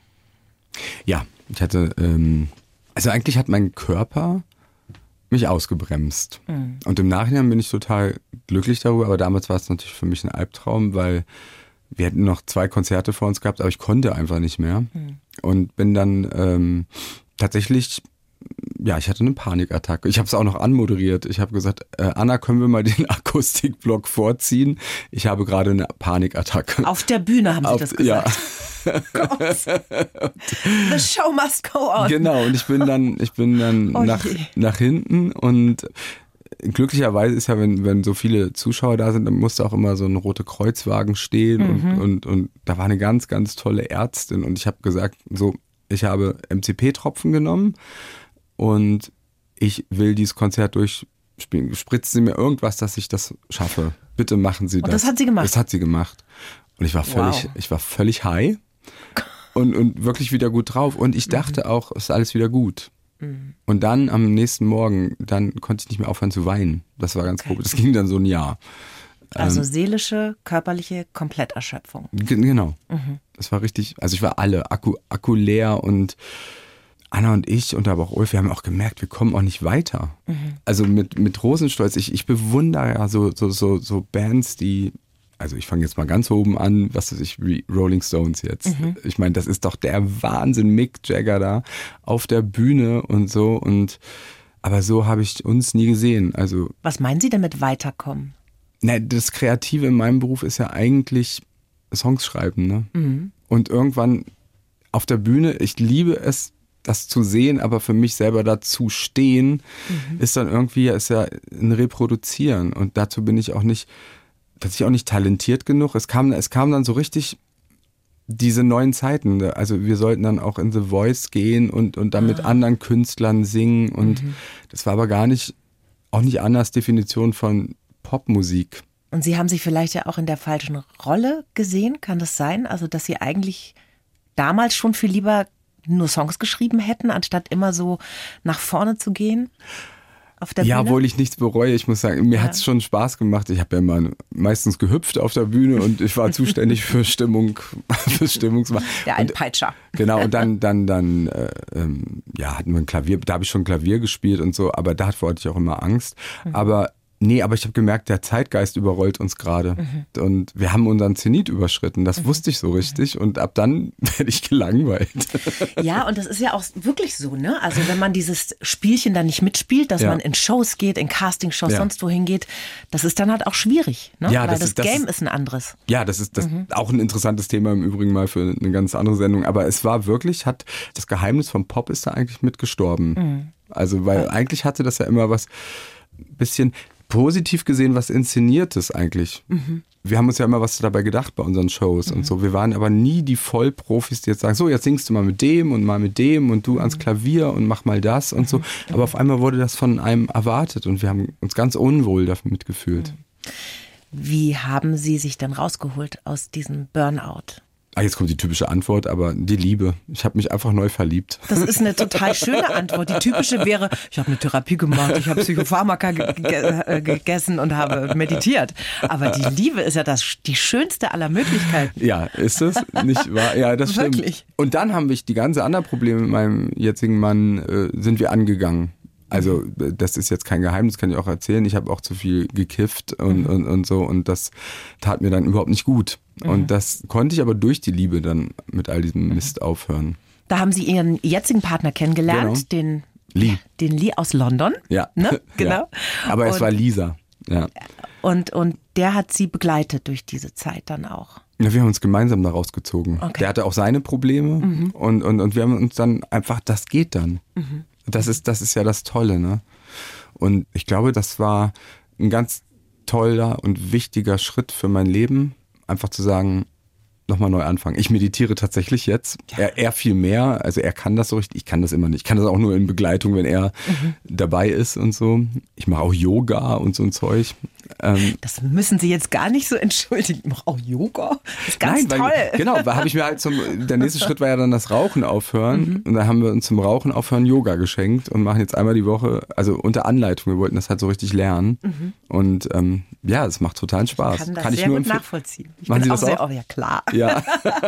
Ja, ich hatte, ähm, also eigentlich hat mein Körper mich ausgebremst. Mhm. Und im Nachhinein bin ich total glücklich darüber, aber damals war es natürlich für mich ein Albtraum, weil wir hätten noch zwei Konzerte vor uns gehabt, aber ich konnte einfach nicht mehr. Mhm. Und bin dann ähm, tatsächlich, ja, ich hatte eine Panikattacke. Ich habe es auch noch anmoderiert. Ich habe gesagt, äh, Anna, können wir mal den Akustikblock vorziehen? Ich habe gerade eine Panikattacke. Auf der Bühne haben Sie Auf, das gesagt? Ja. Gott. The show must go on. Genau, und ich bin dann, ich bin dann oh nach, nach hinten und glücklicherweise ist ja, wenn, wenn so viele Zuschauer da sind, dann musste auch immer so ein roter Kreuzwagen stehen mhm. und, und, und da war eine ganz, ganz tolle Ärztin und ich habe gesagt, so, ich habe M C P-Tropfen genommen und ich will dieses Konzert durchspielen. Spritzen Sie mir irgendwas, dass ich das schaffe. Bitte machen Sie das. Und das hat sie gemacht? Das hat sie gemacht. Und ich war völlig, wow. ich war völlig high. Und, und wirklich wieder gut drauf. Und ich dachte mhm. auch, es ist alles wieder gut. Mhm. Und dann am nächsten Morgen, dann konnte ich nicht mehr aufhören zu weinen. Das war ganz okay. komisch. Das ging dann so ein Jahr. Also ähm, seelische, körperliche Kompletterschöpfung. G- genau. Mhm. Das war richtig, also ich war alle, Akku, Akku leer und Anna und ich und aber auch Ulf, wir haben auch gemerkt, wir kommen auch nicht weiter. Mhm. Also mit, mit Rosenstolz, ich, ich bewundere ja so, so, so, so Bands, die, also ich fange jetzt mal ganz oben an, was weiß ich, wie Rolling Stones jetzt. Mhm. Ich meine, das ist doch der Wahnsinn, Mick Jagger da auf der Bühne und so. Und aber so habe ich uns nie gesehen. Also was meinen Sie damit weiterkommen? Na, das Kreative in meinem Beruf ist ja eigentlich Songs schreiben, ne? Mhm. Und irgendwann auf der Bühne, ich liebe es, das zu sehen, aber für mich selber dazu stehen, mhm. ist dann irgendwie, ist ja ein Reproduzieren. Und dazu bin ich auch nicht, tatsächlich auch nicht talentiert genug. Es kam, es kam dann so richtig diese neuen Zeiten. Also wir sollten dann auch in The Voice gehen und, und dann ah. mit anderen Künstlern singen. Und mhm. das war aber gar nicht, auch nicht Annas Definition von Popmusik. Und Sie haben sich vielleicht ja auch in der falschen Rolle gesehen, kann das sein? Also dass Sie eigentlich damals schon viel lieber nur Songs geschrieben hätten, anstatt immer so nach vorne zu gehen auf der ja, Bühne? Ja, obwohl ich nichts bereue. Ich muss sagen, mir ja. hat es schon Spaß gemacht. Ich habe ja immer meistens gehüpft auf der Bühne und ich war zuständig für Stimmung, für Stimmungsmachen. Der Einpeitscher. Genau, und dann, dann, dann äh, ähm, ja, hatten wir ein Klavier, da habe ich schon Klavier gespielt und so, aber davor hatte ich auch immer Angst. Mhm. Aber nee, aber ich habe gemerkt, der Zeitgeist überrollt uns gerade. Mhm. Und wir haben unseren Zenit überschritten. Das mhm. wusste ich so richtig. Mhm. Und ab dann werde ich gelangweilt. Ja, und das ist ja auch wirklich so, ne? Also wenn man dieses Spielchen dann nicht mitspielt, dass ja. man in Shows geht, in Castingshows, ja. sonst wohin geht, das ist dann halt auch schwierig, ne? Ja, weil das, das, ist, das Game ist, ist ein anderes. Ja, das ist das mhm. auch ein interessantes Thema im Übrigen mal für eine ganz andere Sendung. Aber es war wirklich, hat das Geheimnis vom Pop ist da eigentlich mit gestorben. Mhm. Also weil ja. eigentlich hatte das ja immer was bisschen positiv gesehen was Inszeniertes eigentlich. Mhm. Wir haben uns ja immer was dabei gedacht bei unseren Shows mhm. und so. Wir waren aber nie die Vollprofis, die jetzt sagen, so jetzt singst du mal mit dem und mal mit dem und du mhm. ans Klavier und mach mal das und so. Aber auf einmal wurde das von einem erwartet und wir haben uns ganz unwohl damit gefühlt. Wie haben Sie sich denn rausgeholt aus diesem Burnout? Ah, jetzt kommt die typische Antwort, aber die Liebe. Ich habe mich einfach neu verliebt. Das ist eine total schöne Antwort. Die typische wäre, ich habe eine Therapie gemacht, ich habe Psychopharmaka ge- ge- gegessen und habe meditiert. Aber die Liebe ist ja das, die schönste aller Möglichkeiten. Ja, ist es? Nicht wahr? Ja, das stimmt. Wirklich? Und dann haben wir die ganze anderen Probleme mit meinem jetzigen Mann, äh, sind wir angegangen. Also das ist jetzt kein Geheimnis, kann ich auch erzählen. Ich habe auch zu viel gekifft und, mhm. und, und so und das tat mir dann überhaupt nicht gut. Mhm. Und das konnte ich aber durch die Liebe dann mit all diesem Mist aufhören. Da haben Sie Ihren jetzigen Partner kennengelernt, genau. den Lee. Den Lee aus London. Ja, ne? Genau. Ja. Aber und, es war Lisa. Ja. Und, und der hat Sie begleitet durch diese Zeit dann auch. Ja, wir haben uns gemeinsam da rausgezogen. Okay. Der hatte auch seine Probleme mhm. und, und, und wir haben uns dann einfach, das geht dann. Mhm. Das ist, das ist ja das Tolle, ne? Und ich glaube, das war ein ganz toller und wichtiger Schritt für mein Leben, einfach zu sagen, nochmal neu anfangen. Ich meditiere tatsächlich jetzt. Ja. Er, er viel mehr, also er kann das so richtig, ich kann das immer nicht. Ich kann das auch nur in Begleitung, wenn er mhm. dabei ist und so. Ich mache auch Yoga und so ein Zeug. Ähm, das müssen Sie jetzt gar nicht so entschuldigen. Ich mache auch Yoga. Das ist ganz nein, toll. Weil, genau, da habe ich mir halt zum, der nächste Schritt war ja dann das Rauchen aufhören. Mhm. Und da haben wir uns zum Rauchen aufhören Yoga geschenkt und machen jetzt einmal die Woche, also unter Anleitung. Wir wollten das halt so richtig lernen. Mhm. Und ähm, ja, es macht totalen Spaß. Ich kann das kann sehr ich nur gut nachvollziehen. Ich Machen bin Sie auch das sehr, auch? Oh, ja, klar. Ja.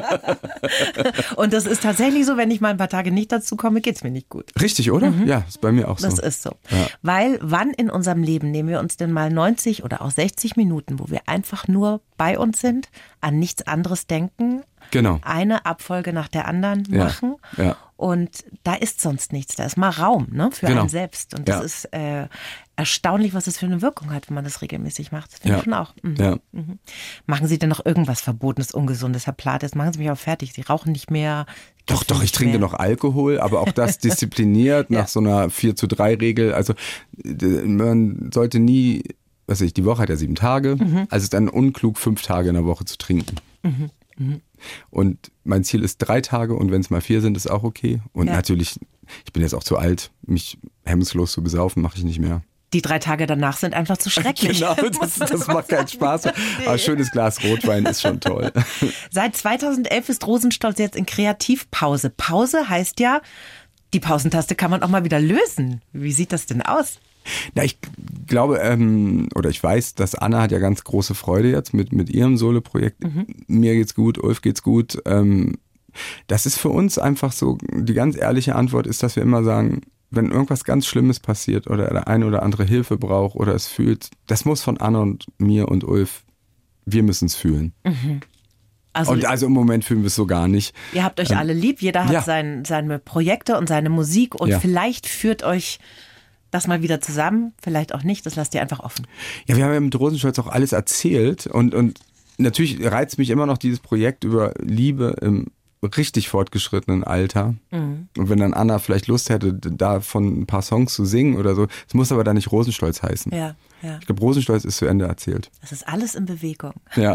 Und das ist tatsächlich so, wenn ich mal ein paar Tage nicht dazu komme, geht's mir nicht gut. Richtig, oder? Mhm. Ja, ist bei mir auch so. Das ist so. Ja. Weil wann in unserem Leben nehmen wir uns denn mal neunzig oder auch sechzig Minuten, wo wir einfach nur bei uns sind, an nichts anderes denken, genau. eine Abfolge nach der anderen Ja. machen Ja. und da ist sonst nichts, da ist mal Raum, ne, für Genau. einen selbst und das Ja. ist äh, erstaunlich, was das für eine Wirkung hat, wenn man das regelmäßig macht. Das finde Ja. ich schon auch. Mhm. Ja. Mhm. Machen Sie denn noch irgendwas Verbotenes, Ungesundes, Herr Plath? Jetzt machen Sie mich auch fertig. Sie rauchen nicht mehr. Doch, doch, ich trinke noch Alkohol, aber auch das diszipliniert Ja. nach so einer vier zu drei Regel. Also d- man sollte nie, was weiß ich, die Woche hat ja sieben Tage, Mhm. also es ist dann unklug, fünf Tage in der Woche zu trinken. Mhm. Mhm. Und mein Ziel ist drei Tage und wenn es mal vier sind, ist auch okay. Und Ja. natürlich, ich bin jetzt auch zu alt, mich hemmungslos zu besaufen, mache ich nicht mehr. Die drei Tage danach sind einfach zu schrecklich. Genau, das, das macht keinen Spaß. Aber ein schönes Glas Rotwein ist schon toll. Seit zweitausendelf ist Rosenstolz jetzt in Kreativpause. Pause heißt ja, die Pausentaste kann man auch mal wieder lösen. Wie sieht das denn aus? Na, ich glaube, ähm, oder ich weiß, dass Anna hat ja ganz große Freude jetzt mit, mit ihrem Solo-Projekt. Mhm. Mir geht's gut, Ulf geht's gut. Ähm, Das ist für uns einfach so, die ganz ehrliche Antwort ist, dass wir immer sagen, wenn irgendwas ganz Schlimmes passiert oder der eine oder andere Hilfe braucht oder es fühlt, das muss von Anne und mir und Ulf, wir müssen es fühlen. Mhm. Also, und also im Moment fühlen wir es so gar nicht. Ihr habt euch ähm, alle lieb, jeder hat ja. sein, seine Projekte und seine Musik und ja. vielleicht führt euch das mal wieder zusammen, vielleicht auch nicht, das lasst ihr einfach offen. Ja, wir haben ja mit Rosenstolz auch alles erzählt und, und natürlich reizt mich immer noch dieses Projekt über Liebe im richtig fortgeschrittenen Alter. Mhm. Und wenn dann Anna vielleicht Lust hätte, davon ein paar Songs zu singen oder so, es muss aber dann nicht Rosenstolz heißen. Ja, ja. Ich glaube, Rosenstolz ist zu Ende erzählt. Das ist alles in Bewegung. Ja.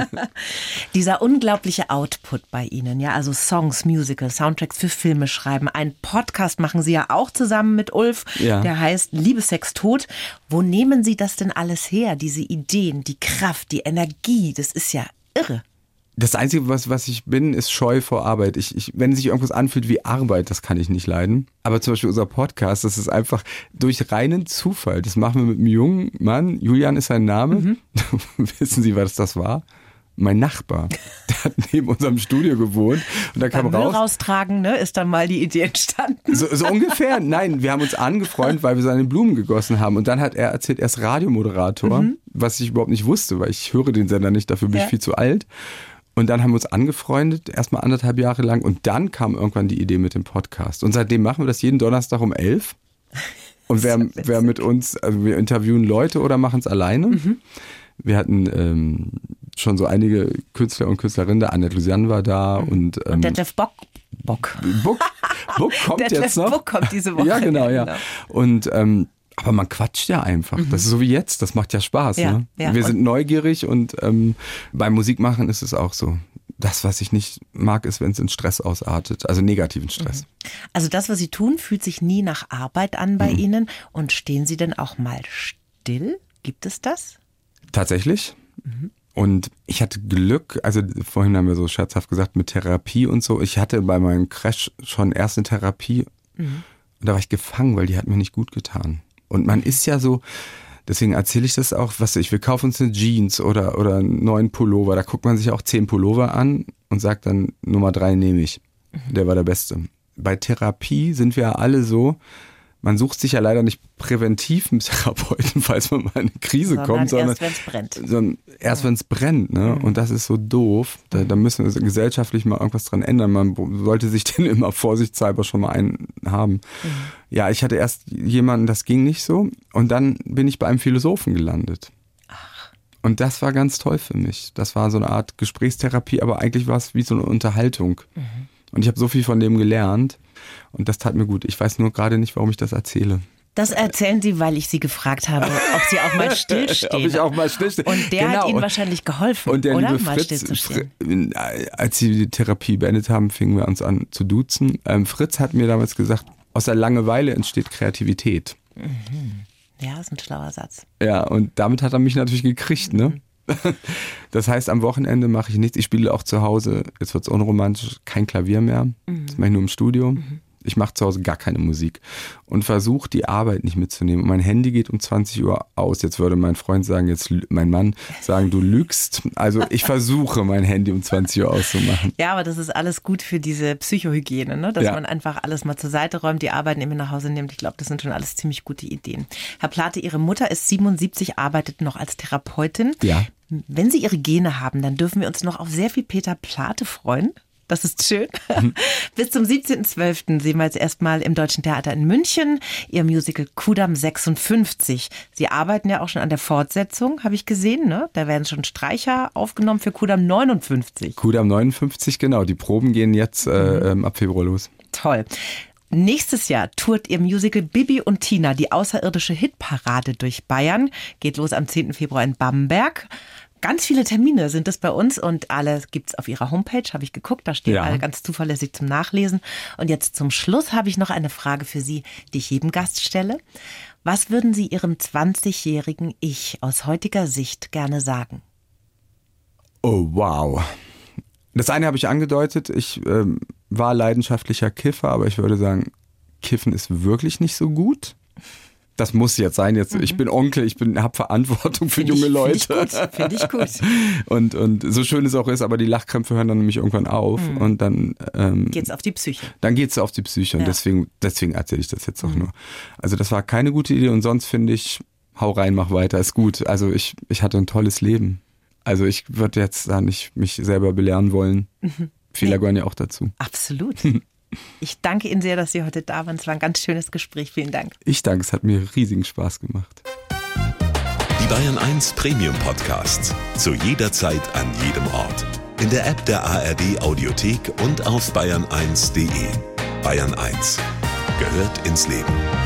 Dieser unglaubliche Output bei Ihnen, ja, also Songs, Musicals, Soundtracks für Filme schreiben. Einen Podcast machen Sie ja auch zusammen mit Ulf, ja. der heißt Liebe, Sex, Tod. Wo nehmen Sie das denn alles her? Diese Ideen, die Kraft, die Energie, das ist ja irre. Das Einzige, was, was ich bin, ist scheu vor Arbeit. Ich, ich, wenn sich irgendwas anfühlt wie Arbeit, das kann ich nicht leiden. Aber zum Beispiel unser Podcast, das ist einfach durch reinen Zufall. Das machen wir mit einem jungen Mann. Julian ist sein Name. Mhm. Wissen Sie, was das war? Mein Nachbar, der hat neben unserem Studio gewohnt und da kam Beim raus. Müll raustragen, ne, ist dann mal die Idee entstanden. So, so ungefähr. Nein, wir haben uns angefreundet, weil wir seine Blumen gegossen haben. Und dann hat er erzählt, er ist Radiomoderator, mhm. was ich überhaupt nicht wusste, weil ich höre den Sender nicht, dafür bin ja. ich viel zu alt. Und dann haben wir uns angefreundet, erstmal anderthalb Jahre lang. Und dann kam irgendwann die Idee mit dem Podcast. Und seitdem machen wir das jeden Donnerstag um elf. Und wer, wer mit uns, also wir interviewen Leute oder machen es alleine. Mhm. Wir hatten ähm, schon so einige Künstler und Künstlerinnen, der Annette Lusian war da. Mhm. Und, ähm, und der Jeff Bock. Bock. Bock, Bock kommt der jetzt Jeff noch. Bock kommt diese Woche. Ja, genau, ja. Genau. Und ähm, aber man quatscht ja einfach. Mhm. Das ist so wie jetzt. Das macht ja Spaß. Ja, ne? ja. Wir sind neugierig und ähm, beim Musikmachen ist es auch so. Das, was ich nicht mag, ist, wenn es in Stress ausartet. Also negativen Stress. Also das, was Sie tun, fühlt sich nie nach Arbeit an bei mhm. Ihnen. Und stehen Sie denn auch mal still? Gibt es das? Tatsächlich. Mhm. Und ich hatte Glück, also vorhin haben wir so scherzhaft gesagt, mit Therapie und so. Ich hatte bei meinem Crash schon erst eine Therapie. Mhm. Und da war ich gefangen, weil die hat mir nicht gut getan. Und man ist ja so, deswegen erzähle ich das auch, was ich, wir kaufen uns eine Jeans oder, oder einen neuen Pullover, da guckt man sich auch zehn Pullover an und sagt dann, Nummer drei nehme ich. Der war der Beste. Bei Therapie sind wir ja alle so, man sucht sich ja leider nicht präventiv einen Therapeuten, falls man mal in eine Krise sondern kommt, sondern erst, wenn es brennt. Sondern erst, wenn es brennt. Ne? Mhm. Und das ist so doof. Da, da müssen wir gesellschaftlich mal irgendwas dran ändern. Man sollte sich denn immer vorsichtshalber schon mal einen haben. Mhm. Ja, ich hatte erst jemanden, das ging nicht so. Und dann bin ich bei einem Philosophen gelandet. Ach. Und das war ganz toll für mich. Das war so eine Art Gesprächstherapie, aber eigentlich war es wie so eine Unterhaltung. Mhm. Und ich habe so viel von dem gelernt. Und das tat mir gut. Ich weiß nur gerade nicht, warum ich das erzähle. Das erzählen Sie, weil ich Sie gefragt habe, ob Sie auch mal stillstehen. Ob ich auch mal stillstehe. Und der genau. hat Ihnen wahrscheinlich geholfen, und der oder? Liebe mal Fritz, stillzustehen. als sie die Therapie beendet haben, fingen wir uns an zu duzen. Ähm, Fritz hat mir damals gesagt, aus der Langeweile entsteht Kreativität. Mhm. Ja, ist ein schlauer Satz. Ja, und damit hat er mich natürlich gekriegt, ne? Mhm. Das heißt, am Wochenende mache ich nichts. Ich spiele auch zu Hause, jetzt wird es unromantisch, kein Klavier mehr. Mhm. Das mache ich nur im Studio. Mhm. Ich mache zu Hause gar keine Musik und versuche die Arbeit nicht mitzunehmen. Und mein Handy geht um zwanzig Uhr aus. Jetzt würde mein Freund sagen, jetzt mein Mann sagen, du lügst. Also ich versuche, mein Handy um zwanzig Uhr auszumachen. Ja, aber das ist alles gut für diese Psychohygiene, ne? Dass ja. man einfach alles mal zur Seite räumt, die Arbeit eben nach Hause nimmt. Ich glaube, das sind schon alles ziemlich gute Ideen. Herr Plate, Ihre Mutter ist siebenundsiebzig, arbeitet noch als Therapeutin. Ja. Wenn Sie Ihre Gene haben, dann dürfen wir uns noch auf sehr viel Peter Plate freuen. Das ist schön. Mhm. Bis zum siebzehnten zwölften sehen wir jetzt erstmal im Deutschen Theater in München Ihr Musical Kudamm sechsundfünfzig. Sie arbeiten ja auch schon an der Fortsetzung, habe ich gesehen, ne? Da werden schon Streicher aufgenommen für Kudamm neunundfünfzig. Kudamm neunundfünfzig, genau. Die Proben gehen jetzt äh, ab Februar los. Toll. Nächstes Jahr tourt Ihr Musical Bibi und Tina, die außerirdische Hitparade durch Bayern. Geht los am zehnten Februar in Bamberg. Ganz viele Termine sind es bei uns und alle gibt's auf Ihrer Homepage, habe ich geguckt, da stehen ja. alle ganz zuverlässig zum Nachlesen. Und jetzt zum Schluss habe ich noch eine Frage für Sie, die ich jedem Gast stelle. Was würden Sie Ihrem zwanzigjährigen Ich aus heutiger Sicht gerne sagen? Oh, wow. Das eine habe ich angedeutet, ich ähm, war leidenschaftlicher Kiffer, aber ich würde sagen, Kiffen ist wirklich nicht so gut. das muss jetzt sein. Jetzt, mhm. Ich bin Onkel, ich bin, habe Verantwortung für find junge ich, Leute. Finde ich gut, finde ich gut. Und, und so schön es auch ist, aber die Lachkrämpfe hören dann nämlich irgendwann auf mhm. und dann ähm, geht's auf die Psyche. Dann geht's auf die Psyche und ja. deswegen, deswegen erzähle ich das jetzt auch mhm. nur. Also das war keine gute Idee und sonst finde ich, hau rein, mach weiter, ist gut. Also ich, ich hatte ein tolles Leben. Also ich würde jetzt da nicht mich selber belehren wollen. Mhm. Fehler gehören ja auch dazu. Absolut. Ich danke Ihnen sehr, dass Sie heute da waren. Es war ein ganz schönes Gespräch. Vielen Dank. Ich danke, es hat mir riesigen Spaß gemacht. Die Bayern eins Premium Podcasts. Zu jeder Zeit, an jedem Ort. In der App der A R D Audiothek und auf bayern eins punkt de. Bayern eins gehört ins Leben.